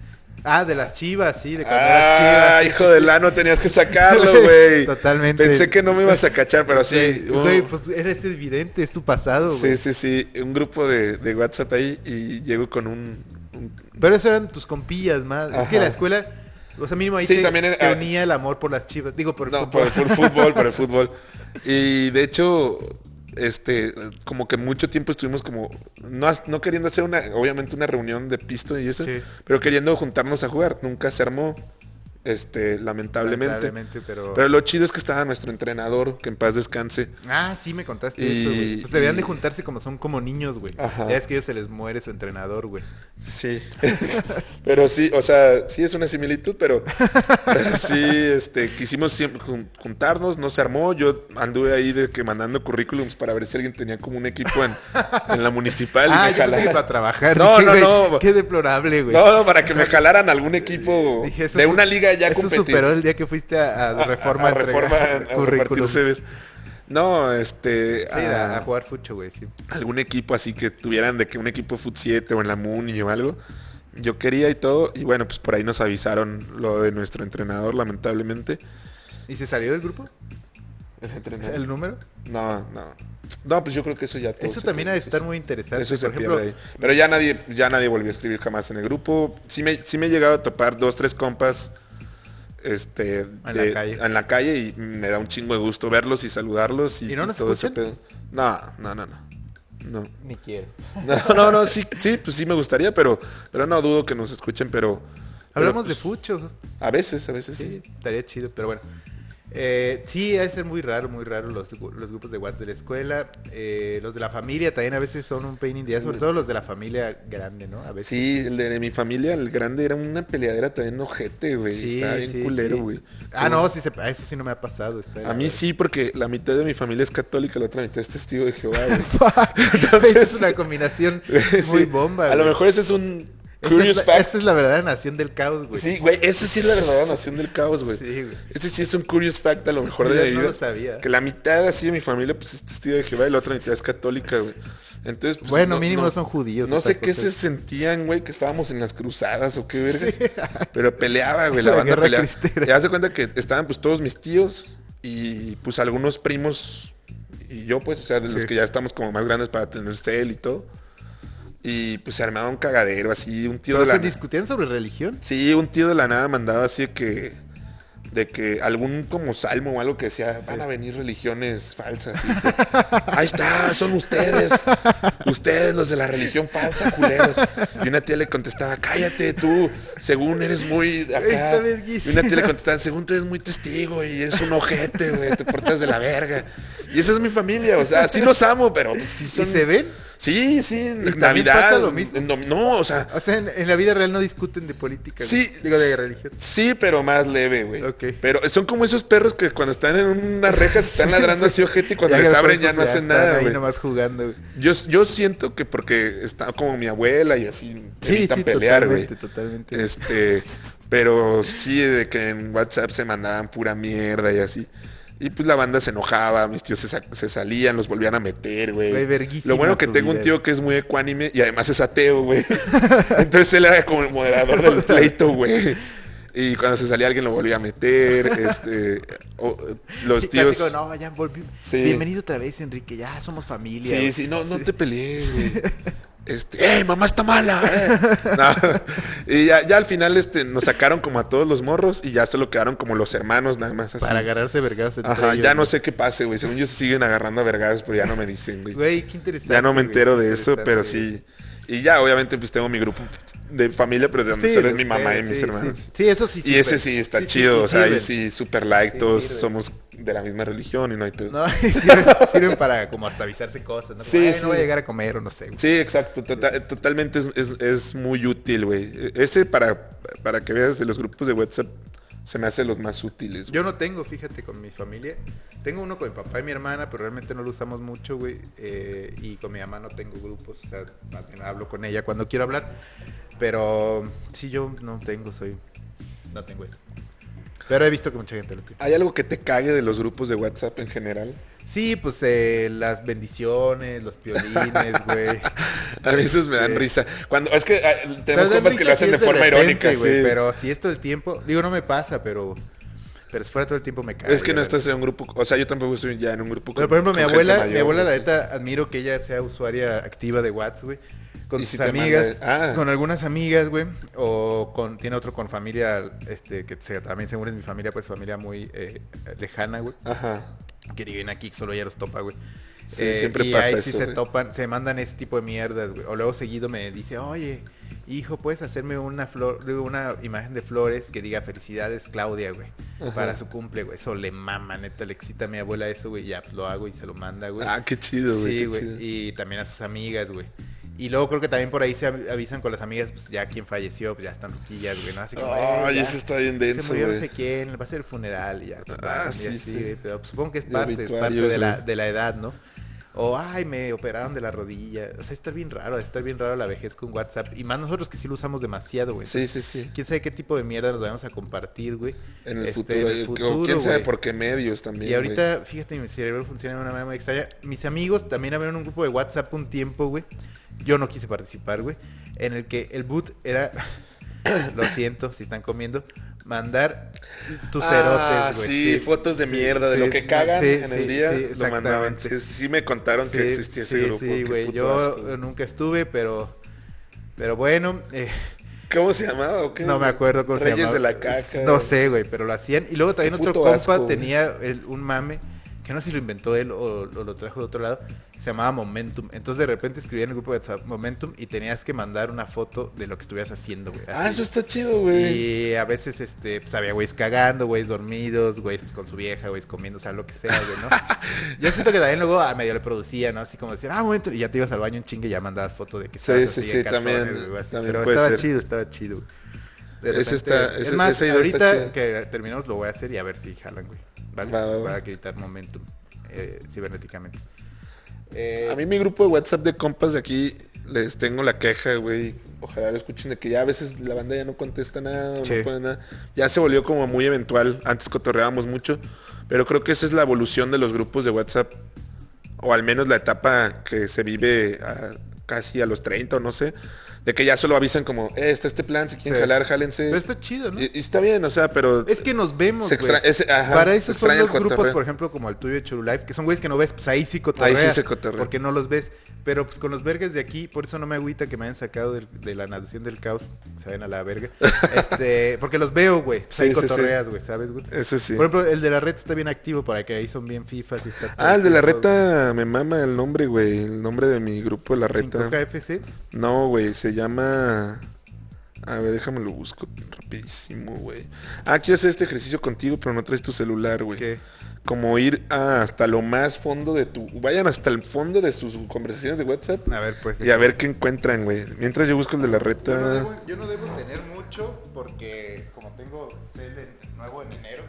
Ah, de las Chivas, sí, de cuando eras Chivas. Ah, hijo de lano, tenías que sacarlo, güey. Totalmente. Pensé que no me ibas a cachar, pero sí. Güey, pues eres evidente, es tu pasado, güey. Sí. Un grupo de WhatsApp ahí y llego con un... Pero eso eran tus compillas más. Ajá. Es que la escuela, o sea, mínimo ahí te unía el amor por las Chivas. Digo, por el fútbol. Por el fútbol. Y de hecho... como que mucho tiempo estuvimos como no queriendo hacer obviamente una reunión de pisto y eso, pero queriendo juntarnos a jugar, nunca se armó. Lamentablemente. Pero lo chido es que estaba nuestro entrenador, que en paz descanse. Ah, sí, me contaste eso, güey. Pues debían de juntarse son como niños, güey. Ya es que a ellos se les muere su entrenador, güey. Sí. Pero sí, o sea, sí es una similitud, pero sí, quisimos siempre juntarnos, no se armó. Yo anduve ahí mandando currículums para ver si alguien tenía como un equipo en la municipal. Ah, yo pensé que para trabajar. No. Qué deplorable, güey. No, para que me jalaran algún equipo de una liga ya eso competitiva. Superó el día que fuiste a Reforma a repartir CVs. No, a jugar fucho, güey, sí. Algún equipo así que tuvieran de que un equipo Fut 7 o en la Muni o algo. Yo quería y todo. Y bueno, pues por ahí nos avisaron lo de nuestro entrenador, lamentablemente. ¿Y se salió del grupo? ¿El entrenador? ¿El número? No, pues yo creo que eso ya todo. Eso también ha de estar muy interesante. Eso se pierde ahí. Pero ya nadie volvió a escribir jamás en el grupo. Sí me he llegado a topar 2-3 compas en la calle y me da un chingo de gusto verlos y saludarlos y no nos todo escuchan? ese pedo. No. Ni quiero. No, sí, pues sí me gustaría, pero no dudo que nos escuchen, pero hablamos pues, de fucho. A veces sí. Estaría chido, pero bueno. Sí, ha de ser muy raro los grupos de WhatsApp de la escuela. Los de la familia también a veces son un pain in the ass, sobre todo los de la familia grande, ¿no? A veces. Sí, el de mi familia, el grande, era una peleadera también ojete, güey. Sí, estaba bien culero, güey. No, eso sí no me ha pasado. A mí sí, porque la mitad de mi familia es católica, la otra mitad es testigo de Jehová, güey. Entonces, es una combinación muy bomba, a lo mejor ese es un... Esa es la verdadera nación del caos, güey. Sí, güey, esa sí es la verdadera nación del caos, güey. Sí, güey. Ese sí es un curious fact a lo mejor de mi vida. No lo sabía. Que la mitad así de mi familia pues es testigo de Jehová y la otra mitad es católica, güey. Entonces, pues, bueno, mínimo no son judíos. No sé qué se sentían, güey, que estábamos en las cruzadas o qué verga. Sí. Pero peleaba, güey, la banda peleaba. Ya se cuenta que estaban pues todos mis tíos y pues algunos primos y yo, pues, o sea, de los que ya estamos como más grandes para tener cel y todo. Y pues se armaba un cagadero así, un tío de la... ¿Se discutían sobre religión? Sí, un tío de la nada mandaba así de que algún como salmo o algo que decía, van a venir religiones falsas. Ahí está, son ustedes los de la religión falsa, culeros. Y una tía le contestaba, cállate tú, según eres muy acá. Y una tía le contestaba, según tú eres muy testigo y eres un ojete, güey, te portas de la verga. Y esa es mi familia, o sea, sí los amo, pero pues, sí son... ¿Y se ven? Sí, en Navidad. Pasa lo mismo. No, o sea... O sea, en la vida real no discuten de política. Sí. Digo, de religión. Sí, pero más leve, güey. Okay. Pero son como esos perros que cuando están en unas rejas están ladrando así ojete y cuando les abren ya no hacen nada, güey. Ahí nomás jugando, güey. Yo siento que porque está como mi abuela y así evitan pelear, güey. Totalmente. Pero sí, de que en WhatsApp se mandaban pura mierda y así. Y pues la banda se enojaba, mis tíos se salían, los volvían a meter, güey. Lo bueno que tengo un tío que es muy ecuánime y además es ateo, güey. Entonces él era como el moderador del pleito, güey. Y cuando se salía alguien lo volvía a meter, los tíos... Digo, no, ya volví. Sí. Bienvenido otra vez, Enrique, ya somos familia. Sí, no te pelees, güey. Mamá está mala. No. Y ya al final nos sacaron como a todos los morros y ya solo quedaron como los hermanos nada más así. Para agarrarse vergados entre ellos, ya ¿no? No sé qué pase, güey. Según yo se siguen agarrando a vergados, pero ya no me dicen, güey. Güey, qué interesante. Ya no me entero de eso, pero sí. Y ya obviamente pues tengo mi grupo de familia, pero de donde solo es mi mamá y mis hermanos. Sí, eso sí. Y ese sí está chido, o sea, ahí sí super like, todos somos de la misma religión y no hay pedo. No, sirven para como hasta avisarse cosas, ¿no? Como, sí. No voy a llegar a comer o no sé. Güey. Sí, exacto, totalmente es muy útil, güey. Ese para que veas de los grupos de WhatsApp se me hace los más útiles, güey. Yo no tengo, fíjate, con mi familia. Tengo uno con mi papá y mi hermana, pero realmente no lo usamos mucho, güey. Y con mi mamá no tengo grupos, o sea, más bien hablo con ella cuando quiero hablar. Pero sí, yo no tengo eso. Pero he visto que mucha gente lo tiene. ¿Hay algo que te cague de los grupos de WhatsApp en general? Sí, pues las bendiciones, los piolines, güey. A mí esos me dan risa. Es que tenemos compas que lo hacen de forma irónica, güey, sí. Pero si es todo el tiempo, digo, no me pasa, pero si fuera todo el tiempo me cae. Es que no estás en un grupo, o sea, yo tampoco estoy ya en un grupo. Pero por ejemplo, mi abuela, la neta, admiro que ella sea usuaria activa de WhatsApp, güey. Con sus amigas, con algunas amigas, güey, tiene otro con familia, también según es mi familia, pues familia muy lejana, güey. Ajá. Que viven aquí, solo ella los topa, güey. Sí, siempre y pasa ahí eso, sí se topan, se mandan ese tipo de mierdas, güey. O luego seguido me dice, oye, hijo, ¿puedes hacerme una imagen de flores que diga felicidades, Claudia, güey? Para su cumple, güey. Eso le mama, neta, le excita a mi abuela eso, güey. Ya, pues lo hago y se lo manda, güey. Ah, qué chido, güey. Sí, güey. Y también a sus amigas, güey. Y luego creo que también por ahí se avisan con las amigas, pues ya quien falleció, pues ya están ruquillas, güey, ¿no? Así como, ay, eso está bien denso, se murió güey. No sé quién, va a ser el funeral y ya. Pues, sí, así, sí. Pero pues, supongo que es parte de la edad, ¿no? O, ay, me operaron de la rodilla. O sea, está bien raro la vejez con WhatsApp. Y más nosotros que sí lo usamos demasiado, güey. Sí, sí, sí. ¿Quién sabe qué tipo de mierda nos vamos a compartir, güey? En el futuro. ¿Quién sabe por qué medios también, y ahorita, fíjate, mi cerebro funciona de una manera muy extraña. Mis amigos también abrieron un grupo de WhatsApp un tiempo, güey. Yo no quise participar, güey. En el que el boot era... Lo siento, si están comiendo... Mandar tus cerotes, güey. Sí, fotos de mierda, de lo que cagan en el día, lo mandaban. Sí, me contaron que existía ese grupo. Sí, güey, yo nunca estuve, pero bueno... ¿Cómo se llamaba o qué? No me acuerdo cómo se llamaba. Reyes de la caca. No sé, güey, pero lo hacían. Y luego también otro compa tenía un mame, que no sé si lo inventó él o lo trajo de otro lado, se llamaba Momentum. Entonces de repente escribía en el grupo de WhatsApp Momentum y tenías que mandar una foto de lo que estuvieras haciendo, güey. Ah, eso está chido, güey. Y a veces, pues había güeyes cagando, güeyes dormidos, güeyes pues, con su vieja, güeyes comiendo, o sea, lo que sea, güey, ¿no? Yo siento que también luego a medio le producía, ¿no? Así como decir, Momentum, y ya te ibas al baño un chingue y ya mandabas foto de que estabas así en calzones, también, güey, también pero estaba chido, güey. Es más, ahorita que terminamos lo voy a hacer y a ver si jalan, güey. ¿Vale? Va a acreditar Momentum cibernéticamente. A mí mi grupo de WhatsApp de compas de aquí les tengo la queja, güey. Ojalá lo escuchen de que ya a veces la banda ya no contesta nada, no pone nada. Ya se volvió como muy eventual. Antes cotorreábamos mucho, pero creo que esa es la evolución de los grupos de WhatsApp, o al menos la etapa que se vive casi a los 30 o no sé. De que ya solo avisan como, está este plan, si quieren jalar, jálense. Pero está chido, ¿no? Y está bien, o sea, pero... Es que nos vemos, güey. Para eso son los grupos, por ejemplo, como el tuyo de Churu Life, que son güeyes que no ves, pues ahí sí cotorreas. Ahí sí se cotorrea. Porque no los ves. Pero pues con los vergas de aquí, por eso no me agüita que me hayan sacado de la natación del caos. Saben a la verga. Porque los veo, güey. Pues ahí cotorreas, güey, ¿sabes, güey? Eso sí. Por ejemplo, el de la reta está bien activo para que ahí son bien fifas y está... el de la reta me mama el nombre, güey. El nombre de mi grupo de la reta. ¿5KFC? No, güey, se llama... A ver, déjame lo busco rapidísimo, güey. Quiero hacer este ejercicio contigo, pero no traes tu celular, güey. ¿Qué? Como ir hasta lo más fondo de vayan hasta el fondo de sus conversaciones de WhatsApp. A ver, pues. Y a ver qué encuentran, güey. Mientras yo busco el de la reta. Yo no debo tener mucho porque como tengo nuevo en enero.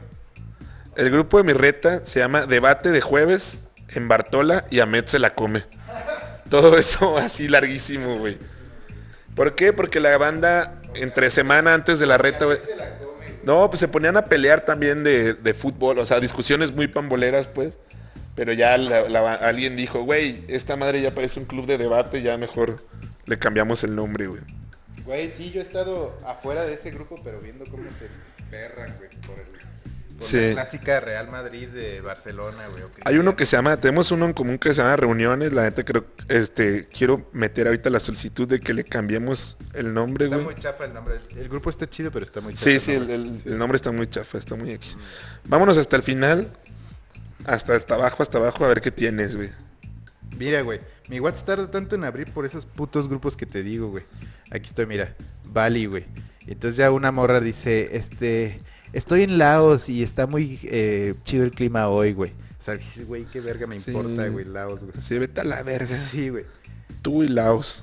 El grupo de mi reta se llama Debate de Jueves en Bartola y Ahmed se la come. Todo eso así larguísimo, güey. ¿Por qué? Porque la banda entre semana antes de la reta, güey. No, pues se ponían a pelear también de fútbol, o sea, discusiones muy pamboleras, pues. Pero ya alguien dijo, güey, esta madre ya parece un club de debate, ya mejor le cambiamos el nombre, güey. Güey, sí, yo he estado afuera de ese grupo, pero viendo cómo se perran, güey, por la clásica Real Madrid de Barcelona, güey. Hay uno que se llama, tenemos uno en común que se llama Reuniones, la neta creo, quiero meter ahorita la solicitud de que le cambiemos el nombre, güey. Está muy chafa el nombre, el grupo está chido, pero está muy chafa. Sí, el nombre está muy chafa, está muy X. Vámonos hasta el final, hasta abajo, a ver qué tienes, güey. Mira, güey, mi WhatsApp tarda tanto en abrir por esos putos grupos que te digo, güey. Aquí estoy, mira, Bali, güey. Entonces ya una morra dice, estoy en Laos y está muy chido el clima hoy, güey. O sea, güey, qué verga me importa, güey, Laos, güey. Sí, vete a la verga. Sí, güey. Tú y Laos.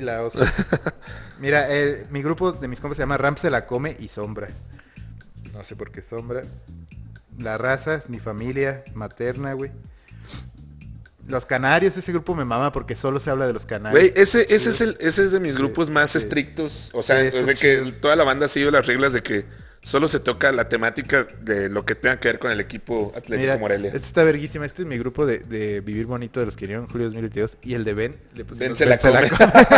Mira, mi grupo de mis compas se llama Ram se la come y Sombra. No sé por qué Sombra. La raza es mi familia materna, güey. Los Canarios, ese grupo me mama porque solo se habla de los Canarios. Güey, ese es de mis grupos más estrictos. O sea, de que toda la banda sigue las reglas de que Solo se toca la temática de lo que tenga que ver con el equipo Atlético Morelia. Este está verguísima. Este es mi grupo de Vivir Bonito de los que vinieron en julio de 2022. Y el de Ben, le pusimos Ben se la come.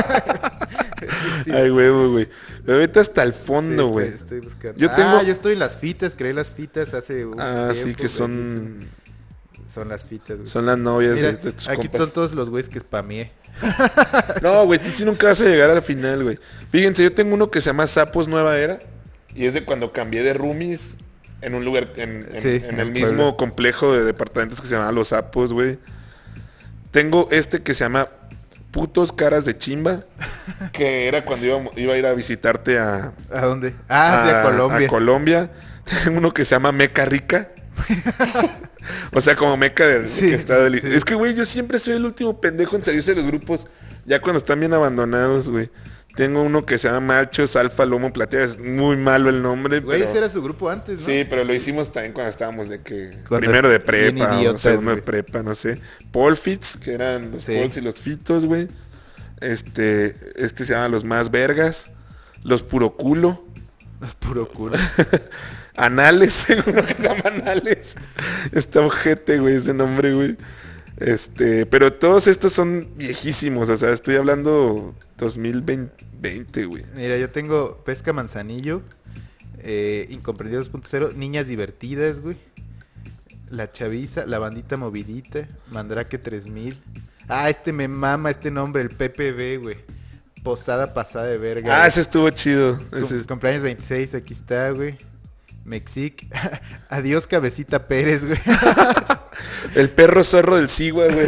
Sí. Ay, güey. Me meto hasta el fondo, güey. Sí, estoy buscando. Yo estoy en las fitas. Creé las fitas hace un tiempo. Sí, que son... Son las fitas, güey. Son las novias de tus aquí compas. Son todos los güeyes que spameé. No, güey, tú sí nunca vas a llegar al final, güey. Fíjense, yo tengo uno que se llama Sapos Nueva Era. Y es de cuando cambié de roomies en un lugar, en el mismo complejo de departamentos que se llamaba Los Sapos, güey. Tengo este que se llama Putos Caras de Chimba, que era cuando iba a ir a visitarte a... ¿A dónde? Sí, a Colombia. A Colombia. Tengo uno que se llama Meca Rica. O sea, como meca que está delicioso. Es que, güey, yo siempre soy el último pendejo en salirse de los grupos, ya cuando están bien abandonados, güey. Tengo uno que se llama Machos, Alfa, Lomo, Plateado. Es muy malo el nombre. Güey, ese era su grupo antes, ¿no? Sí, pero lo hicimos también cuando estábamos primero de prepa, o segundo de prepa, no sé. Polfits, que eran los Pols y los Fitos, güey. Este se llama Los Más Vergas. Los Puro Culo. Los Puro Culo. Anales, tengo uno que se llama Anales. Está ojete, güey, ese nombre, güey. Pero todos estos son viejísimos, o sea, estoy hablando 2020, güey. Mira, yo tengo Pesca Manzanillo, Incomprendido 2.0, Niñas Divertidas, güey. La Chaviza, La Bandita Movidita, Mandrake 3000. Me mama este nombre, el PPB, güey. Posada Pasada de Verga. Güey. Ese estuvo chido. Cumpleaños 26, aquí está, güey. Mexic. Adiós Cabecita Pérez, güey. El perro zorro del Sigua, güey.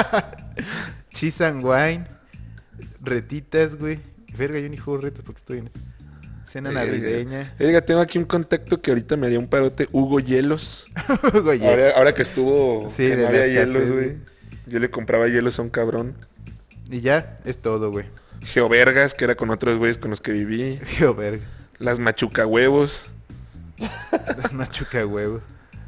Cheese and Wine. Retitas, güey. Verga, yo ni juego retas porque estoy en cena navideña. Verga, tengo aquí un contacto que ahorita me haría un parote. Hugo Hielos. Hugo Hielos. Ahora que estuvo, sí, que no había hielos, güey. Yo le compraba hielos a un cabrón. Y ya, es todo, güey. Geovergas, que era con otros güeyes con los que viví. Geovergas. Las Machuca Huevos. Las Machuca Huevos.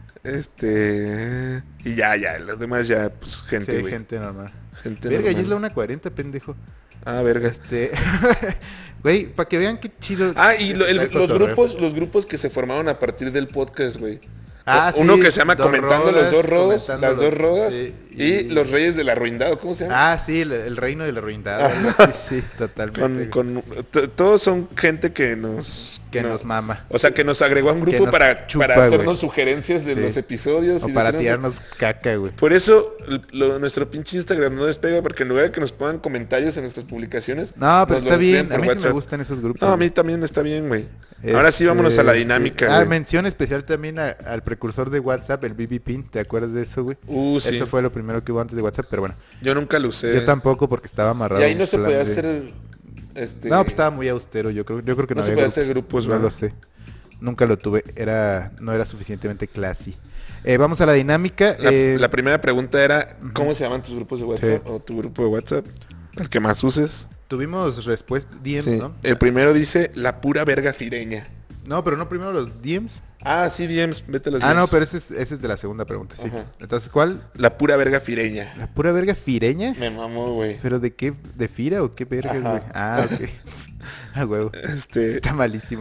Y ya, los demás ya, pues, gente, güey. Sí, gente normal. Verga, ya es la 1:40, pendejo. Verga. Güey, para que vean qué chido. Y los grupos que se formaron a partir del podcast, güey. Uno que se llama Comentando las dos rodas, sí, y Los Reyes del Arruindado, ¿cómo se llama? Sí, el Reino del Arruindado. Sí, totalmente. Todos son gente que nos mama. O sea, que nos agregó a un grupo para hacernos sugerencias de los episodios. O para tirarnos caca, güey. Por eso nuestro pinche Instagram no despega, porque en lugar de que nos pongan comentarios en nuestras publicaciones. No, pero está bien. A mí sí me gustan esos grupos. No, a mí también está bien, güey. Ahora sí, vámonos a la dinámica, güey. Mención especial también al precursor de WhatsApp, el BB Pin. ¿Te acuerdas de eso, güey? Sí. Eso fue lo primero que hubo antes de WhatsApp, pero bueno. Yo nunca lo usé. Yo tampoco, porque estaba amarrado. Y ahí no se podía hacer... No, pues estaba muy austero. Yo creo que no se podía hacer grupos, no lo sé. Nunca lo tuve. No era suficientemente classy. Vamos a la dinámica. La primera pregunta era, ¿cómo se llaman tus grupos de WhatsApp? Sí. O tu grupo de WhatsApp. El que más uses. Tuvimos respuesta, DMs, sí. ¿No? El primero dice, la pura verga fireña. No, pero no primero los DMs. Sí, DMs, vete a los DMs. No, pero ese es de la segunda pregunta, sí. Ajá. Entonces, ¿cuál? La pura verga fireña. ¿La pura verga fireña? Me mamó, güey. ¿Pero de qué? ¿De fira o qué vergas, güey? Ok. Huevo. Está malísimo.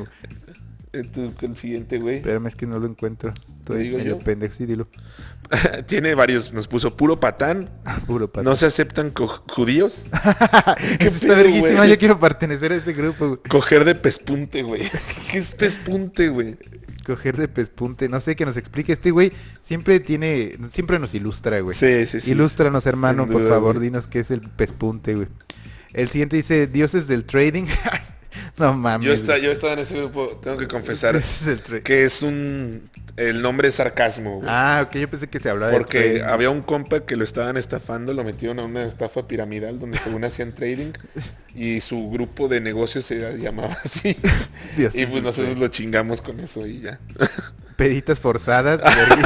El siguiente, güey. Espérame, es que no lo encuentro. ¿Te digo yo? Pendejo, sí, dilo. Tiene varios. Nos puso puro patán. Puro patán. No se aceptan judíos. Qué está verguísima. Yo quiero pertenecer a ese grupo, güey. Coger de pespunte, güey. ¿Qué es pespunte, güey? Coger de pespunte. No sé, que nos explique. Este güey siempre nos ilustra, güey. Sí. Ilústranos, hermano, por favor. Dinos qué es el pespunte, güey. El siguiente dice, dioses del trading. No mames. Yo estaba en ese grupo, tengo que confesar que es el nombre es sarcasmo, güey. Ok, yo pensé que se hablaba porque había un compa que lo estaban estafando, lo metieron a una estafa piramidal donde según hacían trading y su grupo de negocios se llamaba así. Dios, y pues nosotros lo chingamos con eso y ya. Peditas forzadas,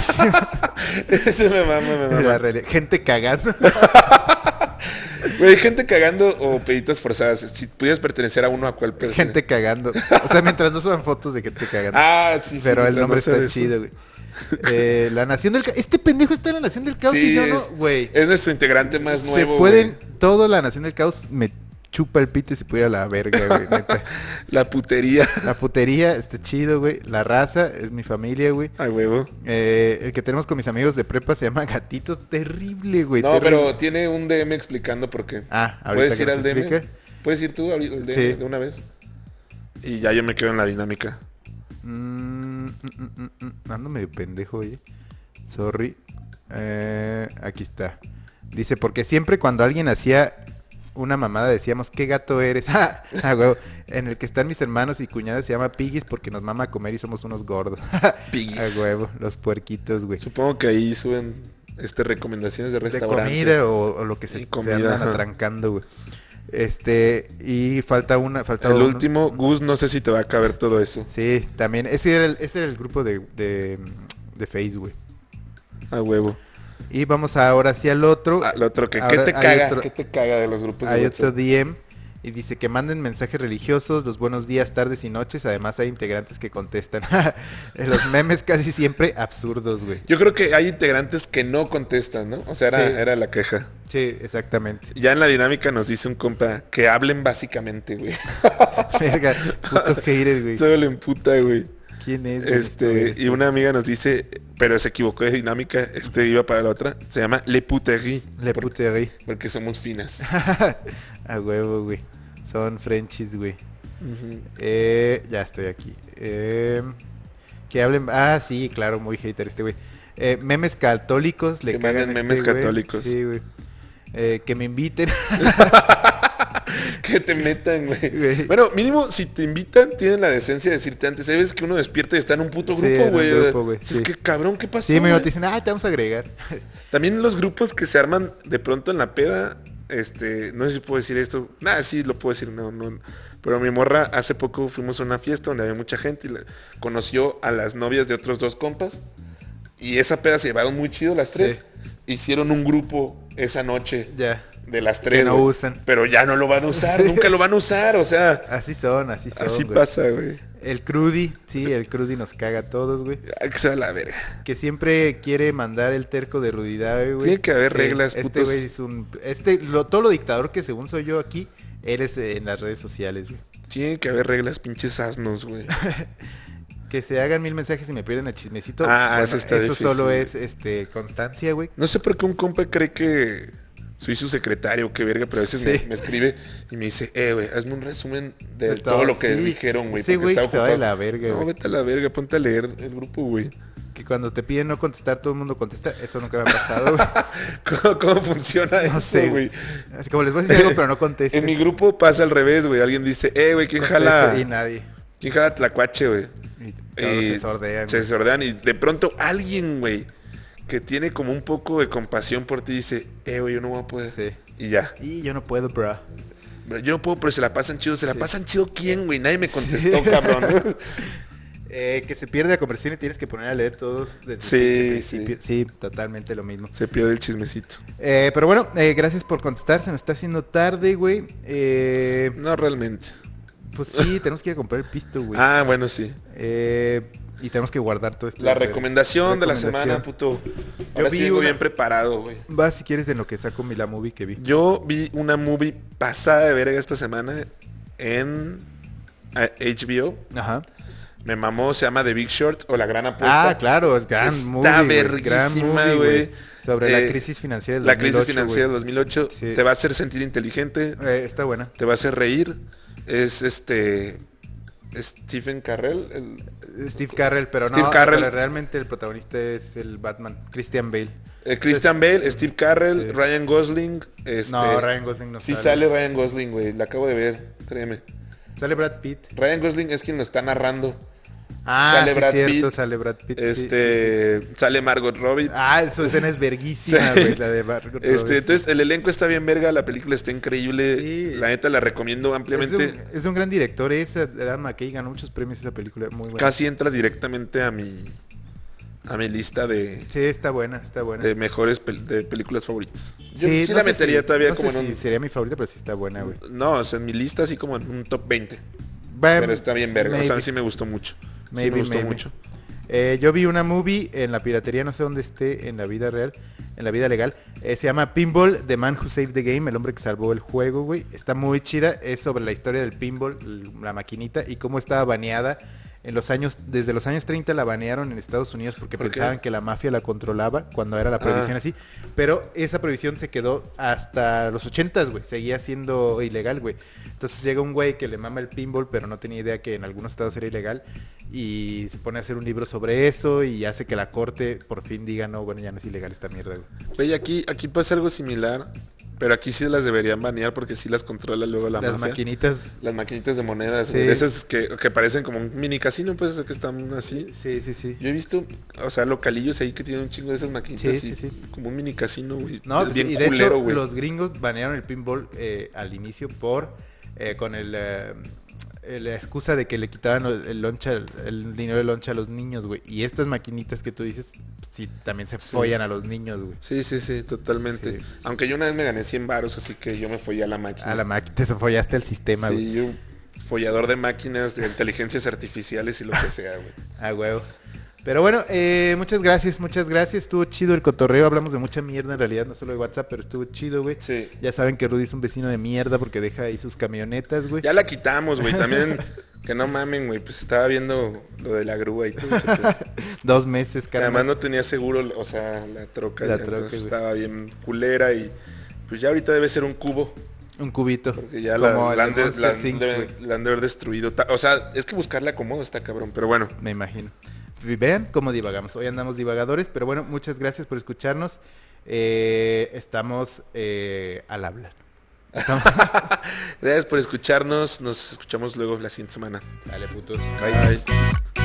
ese me mama. Gente cagando. Güey, gente cagando o peditas forzadas. Si pudieras pertenecer a uno, ¿a cuál pertenecer? Gente cagando. O sea, mientras no suban fotos de gente cagando. Sí. Pero el nombre está chido, güey. La Nación del Caos. Este pendejo está en la Nación del Caos y yo no, güey. Es nuestro integrante más nuevo. Se pueden, todo la Nación del Caos me chupa el pito y se puede ir a la verga, güey, neta. La putería. La putería está chido, güey. La raza es mi familia, güey. Ay, huevo. El que tenemos con mis amigos de prepa se llama Gatitos. Terrible, güey. No, terrible. pero tiene un DM explicando por qué. Ahorita ¿puedes ir al DM? Explica? ¿Puedes ir tú al DM de una vez? Y ya yo me quedo en la dinámica. Ando medio pendejo, oye. Sorry. Aquí está. Dice, porque siempre cuando alguien hacía una mamada decíamos, ¿qué gato eres? Huevo. En el que están mis hermanos y cuñadas se llama Piggies porque nos mama a comer y somos unos gordos. Piggies. Huevo, los puerquitos, güey. Supongo que ahí suben recomendaciones de restaurantes. De comida o lo que se andan atrancando, güey. Y falta el último, Gus, no sé si te va a caber todo eso. Sí, también. Ese era el grupo de Facebook. A huevo. Y vamos ahora sí al otro. Al otro, ¿qué te caga? ¿Qué te caga de los grupos de Hay WhatsApp? otro DM y dice que manden mensajes religiosos, los buenos días, tardes y noches. Además hay integrantes que contestan. Los memes casi siempre absurdos, güey. Yo creo que hay integrantes que no contestan, ¿no? O sea, era la queja. Sí, exactamente. Ya en la dinámica nos dice un compa que hablen básicamente, güey. Verga, puto hater, güey. Todo le emputa, güey. ¿Quién es? Y una amiga nos dice, pero se equivocó de dinámica, iba para la otra, se llama Le Puterie. Le Puterie. Porque somos finas. A huevo, güey. Son Frenchies, güey. Ya estoy aquí. Que hablen... sí, claro, muy hater este güey. Memes católicos, le cagan memes católicos. Sí, güey. Que me inviten. Que te metan, güey. Bueno, mínimo, si te invitan, tienen la decencia de decirte antes. Hay veces que uno despierta y está en un puto grupo, güey. Sí. Es que, cabrón, ¿qué pasó? Sí, te dicen, te vamos a agregar. También los grupos que se arman de pronto en la peda, no sé si puedo decir esto. Sí, lo puedo decir, no. Pero mi morra, hace poco fuimos a una fiesta donde había mucha gente y conoció a las novias de otros dos compas. Y esa peda se llevaron muy chido las tres. Sí. Hicieron un grupo esa noche. Ya. De las tres, que no usan. Pero ya no lo van a usar, nunca lo van a usar, o sea. Así son. Así pasa, güey. El Crudi, el Crudi nos caga a todos, güey. Que sea la verga. Que siempre quiere mandar el terco de rudidad, güey. Tiene que haber reglas, putos. Güey es todo lo dictador que según soy yo aquí, eres en las redes sociales, güey. Tiene que haber reglas, pinches asnos, güey. Que se hagan 1000 mensajes y me pierden el chismecito. Eso está eso difícil. Solo es constancia, güey. No sé por qué un compa cree que soy su secretario, qué verga, pero a veces me escribe y me dice, güey, hazme un resumen de todo lo que dijeron, güey. Sí, güey, se va de la verga, güey. No, vete a la verga, ponte a leer el grupo, güey. Que cuando te piden no contestar, todo el mundo contesta. Eso nunca me ha pasado, güey. ¿Cómo funciona eso, sé, güey? Así como les voy a decir algo, pero no contesten. En mi grupo pasa al revés, güey. Alguien dice, güey, ¿quién jala? Y nadie. ¿Quién jala Tlacuache, güey? Y se sordean. Se sordean y de pronto alguien, güey, que tiene como un poco de compasión por ti dice, güey, yo no voy a poder. Sí. Y ya. Y yo no puedo, bro. Yo no puedo, pero se la pasan chido. ¿Se la pasan chido quién, güey? Nadie me contestó, cabrón. Que se pierde la conversación y tienes que poner a leer todo desde el principio. Sí, totalmente lo mismo. Se pierde el chismecito. Pero bueno, gracias por contestar. Se nos está haciendo tarde, güey. No realmente. Pues sí, tenemos que ir a comprar el pisto, güey. Bueno, sí. Y tenemos que guardar todo esto. La recomendación de la semana, puto. Ahora sí vengo bien preparado, güey. Va, si quieres, en lo que saco la movie que vi. Yo vi una movie pasada de verga esta semana en HBO. Ajá. Me mamó, se llama The Big Short o La Gran Apuesta. Claro, es gran movie. Está verguísima, güey. Sobre la crisis financiera del 2008. La crisis financiera del 2008. Sí. Te va a hacer sentir inteligente. Está buena. Te va a hacer reír. Es Stephen Carell. Steve Carell, pero Steve Carell. Pero realmente el protagonista es el Batman, Christian Bale. Christian Bale, Steve Carell, Ryan Gosling. No, Ryan Gosling no sale. Sí sale Ryan Gosling, güey. La acabo de ver, créeme. Sale Brad Pitt. Ryan Gosling es quien lo está narrando. Sale Brad Pitt. Sale Brad Pitt. Sale Margot Robbie. Su escena es verguísima, güey, la de Margot Robbie. Entonces, el elenco está bien verga, la película está increíble. Sí. La neta la recomiendo ampliamente. Es un gran director, Adam McKay ganó muchos premios esa película, muy buena. Casi entra directamente a mi lista de... Sí, está buena. De mejores de películas favoritas. Yo sí la metería todavía no como sé si sería mi favorita, pero sí está buena, güey. No, o sea, en mi lista así como en un top 20. Pero está bien verga, o sea, sí me gustó mucho. Me gustó mucho. Yo vi una movie en la piratería, no sé dónde esté en la vida real, en la vida legal. Se llama Pinball, The Man Who Saved the Game, el hombre que salvó el juego, güey. Está muy chida, es sobre la historia del pinball, la maquinita, y cómo estaba baneada desde los años 30 la banearon en Estados Unidos porque pensaban que la mafia la controlaba cuando era la prohibición así, pero esa prohibición se quedó hasta los 80s, güey, seguía siendo ilegal, güey. Entonces llega un güey que le mama el pinball, pero no tenía idea que en algunos estados era ilegal, y se pone a hacer un libro sobre eso y hace que la corte por fin diga, no, bueno, ya no es ilegal esta mierda, güey. Oye, aquí pasa algo similar. Pero aquí sí las deberían banear porque sí las controla luego la mafia. Las maquinitas de monedas, sí. Esas que parecen como un mini casino, pues, que están así. Sí. Yo he visto, o sea, localillos ahí que tienen un chingo de esas maquinitas como un mini casino, güey. No, bien y de culero, hecho, güey. Los gringos banearon el pinball al inicio con la excusa de que le quitaban el dinero de loncha a los niños, güey. Y estas maquinitas que tú dices, sí, también se follan a los niños, güey. Sí, totalmente. Sí. Aunque yo una vez me gané 100 varos, así que yo me follé a la máquina. A la máquina, te follaste al sistema, güey. Sí, yo follador de máquinas, de inteligencias artificiales y lo que sea, güey. Ah, güey. Pero bueno, muchas gracias. Estuvo chido el cotorreo. Hablamos de mucha mierda en realidad, no solo de WhatsApp, pero estuvo chido, güey. Sí. Ya saben que Rudy es un vecino de mierda porque deja ahí sus camionetas, güey. Ya la quitamos, güey. También, que no mamen, güey. Pues estaba viendo lo de la grúa y todo eso. 2 meses, cara. Además no tenía seguro, o sea, la troca. Entonces estaba bien culera y pues ya ahorita debe ser un cubo. Un cubito. Porque ya la han de haber destruido. O sea, es que buscarle acomodo está cabrón, pero bueno. Me imagino. Vean cómo divagamos. Hoy andamos divagadores, pero bueno, muchas gracias por escucharnos. Estamos al hablar. Gracias por escucharnos. Nos escuchamos luego la siguiente semana. Dale, putos. Bye.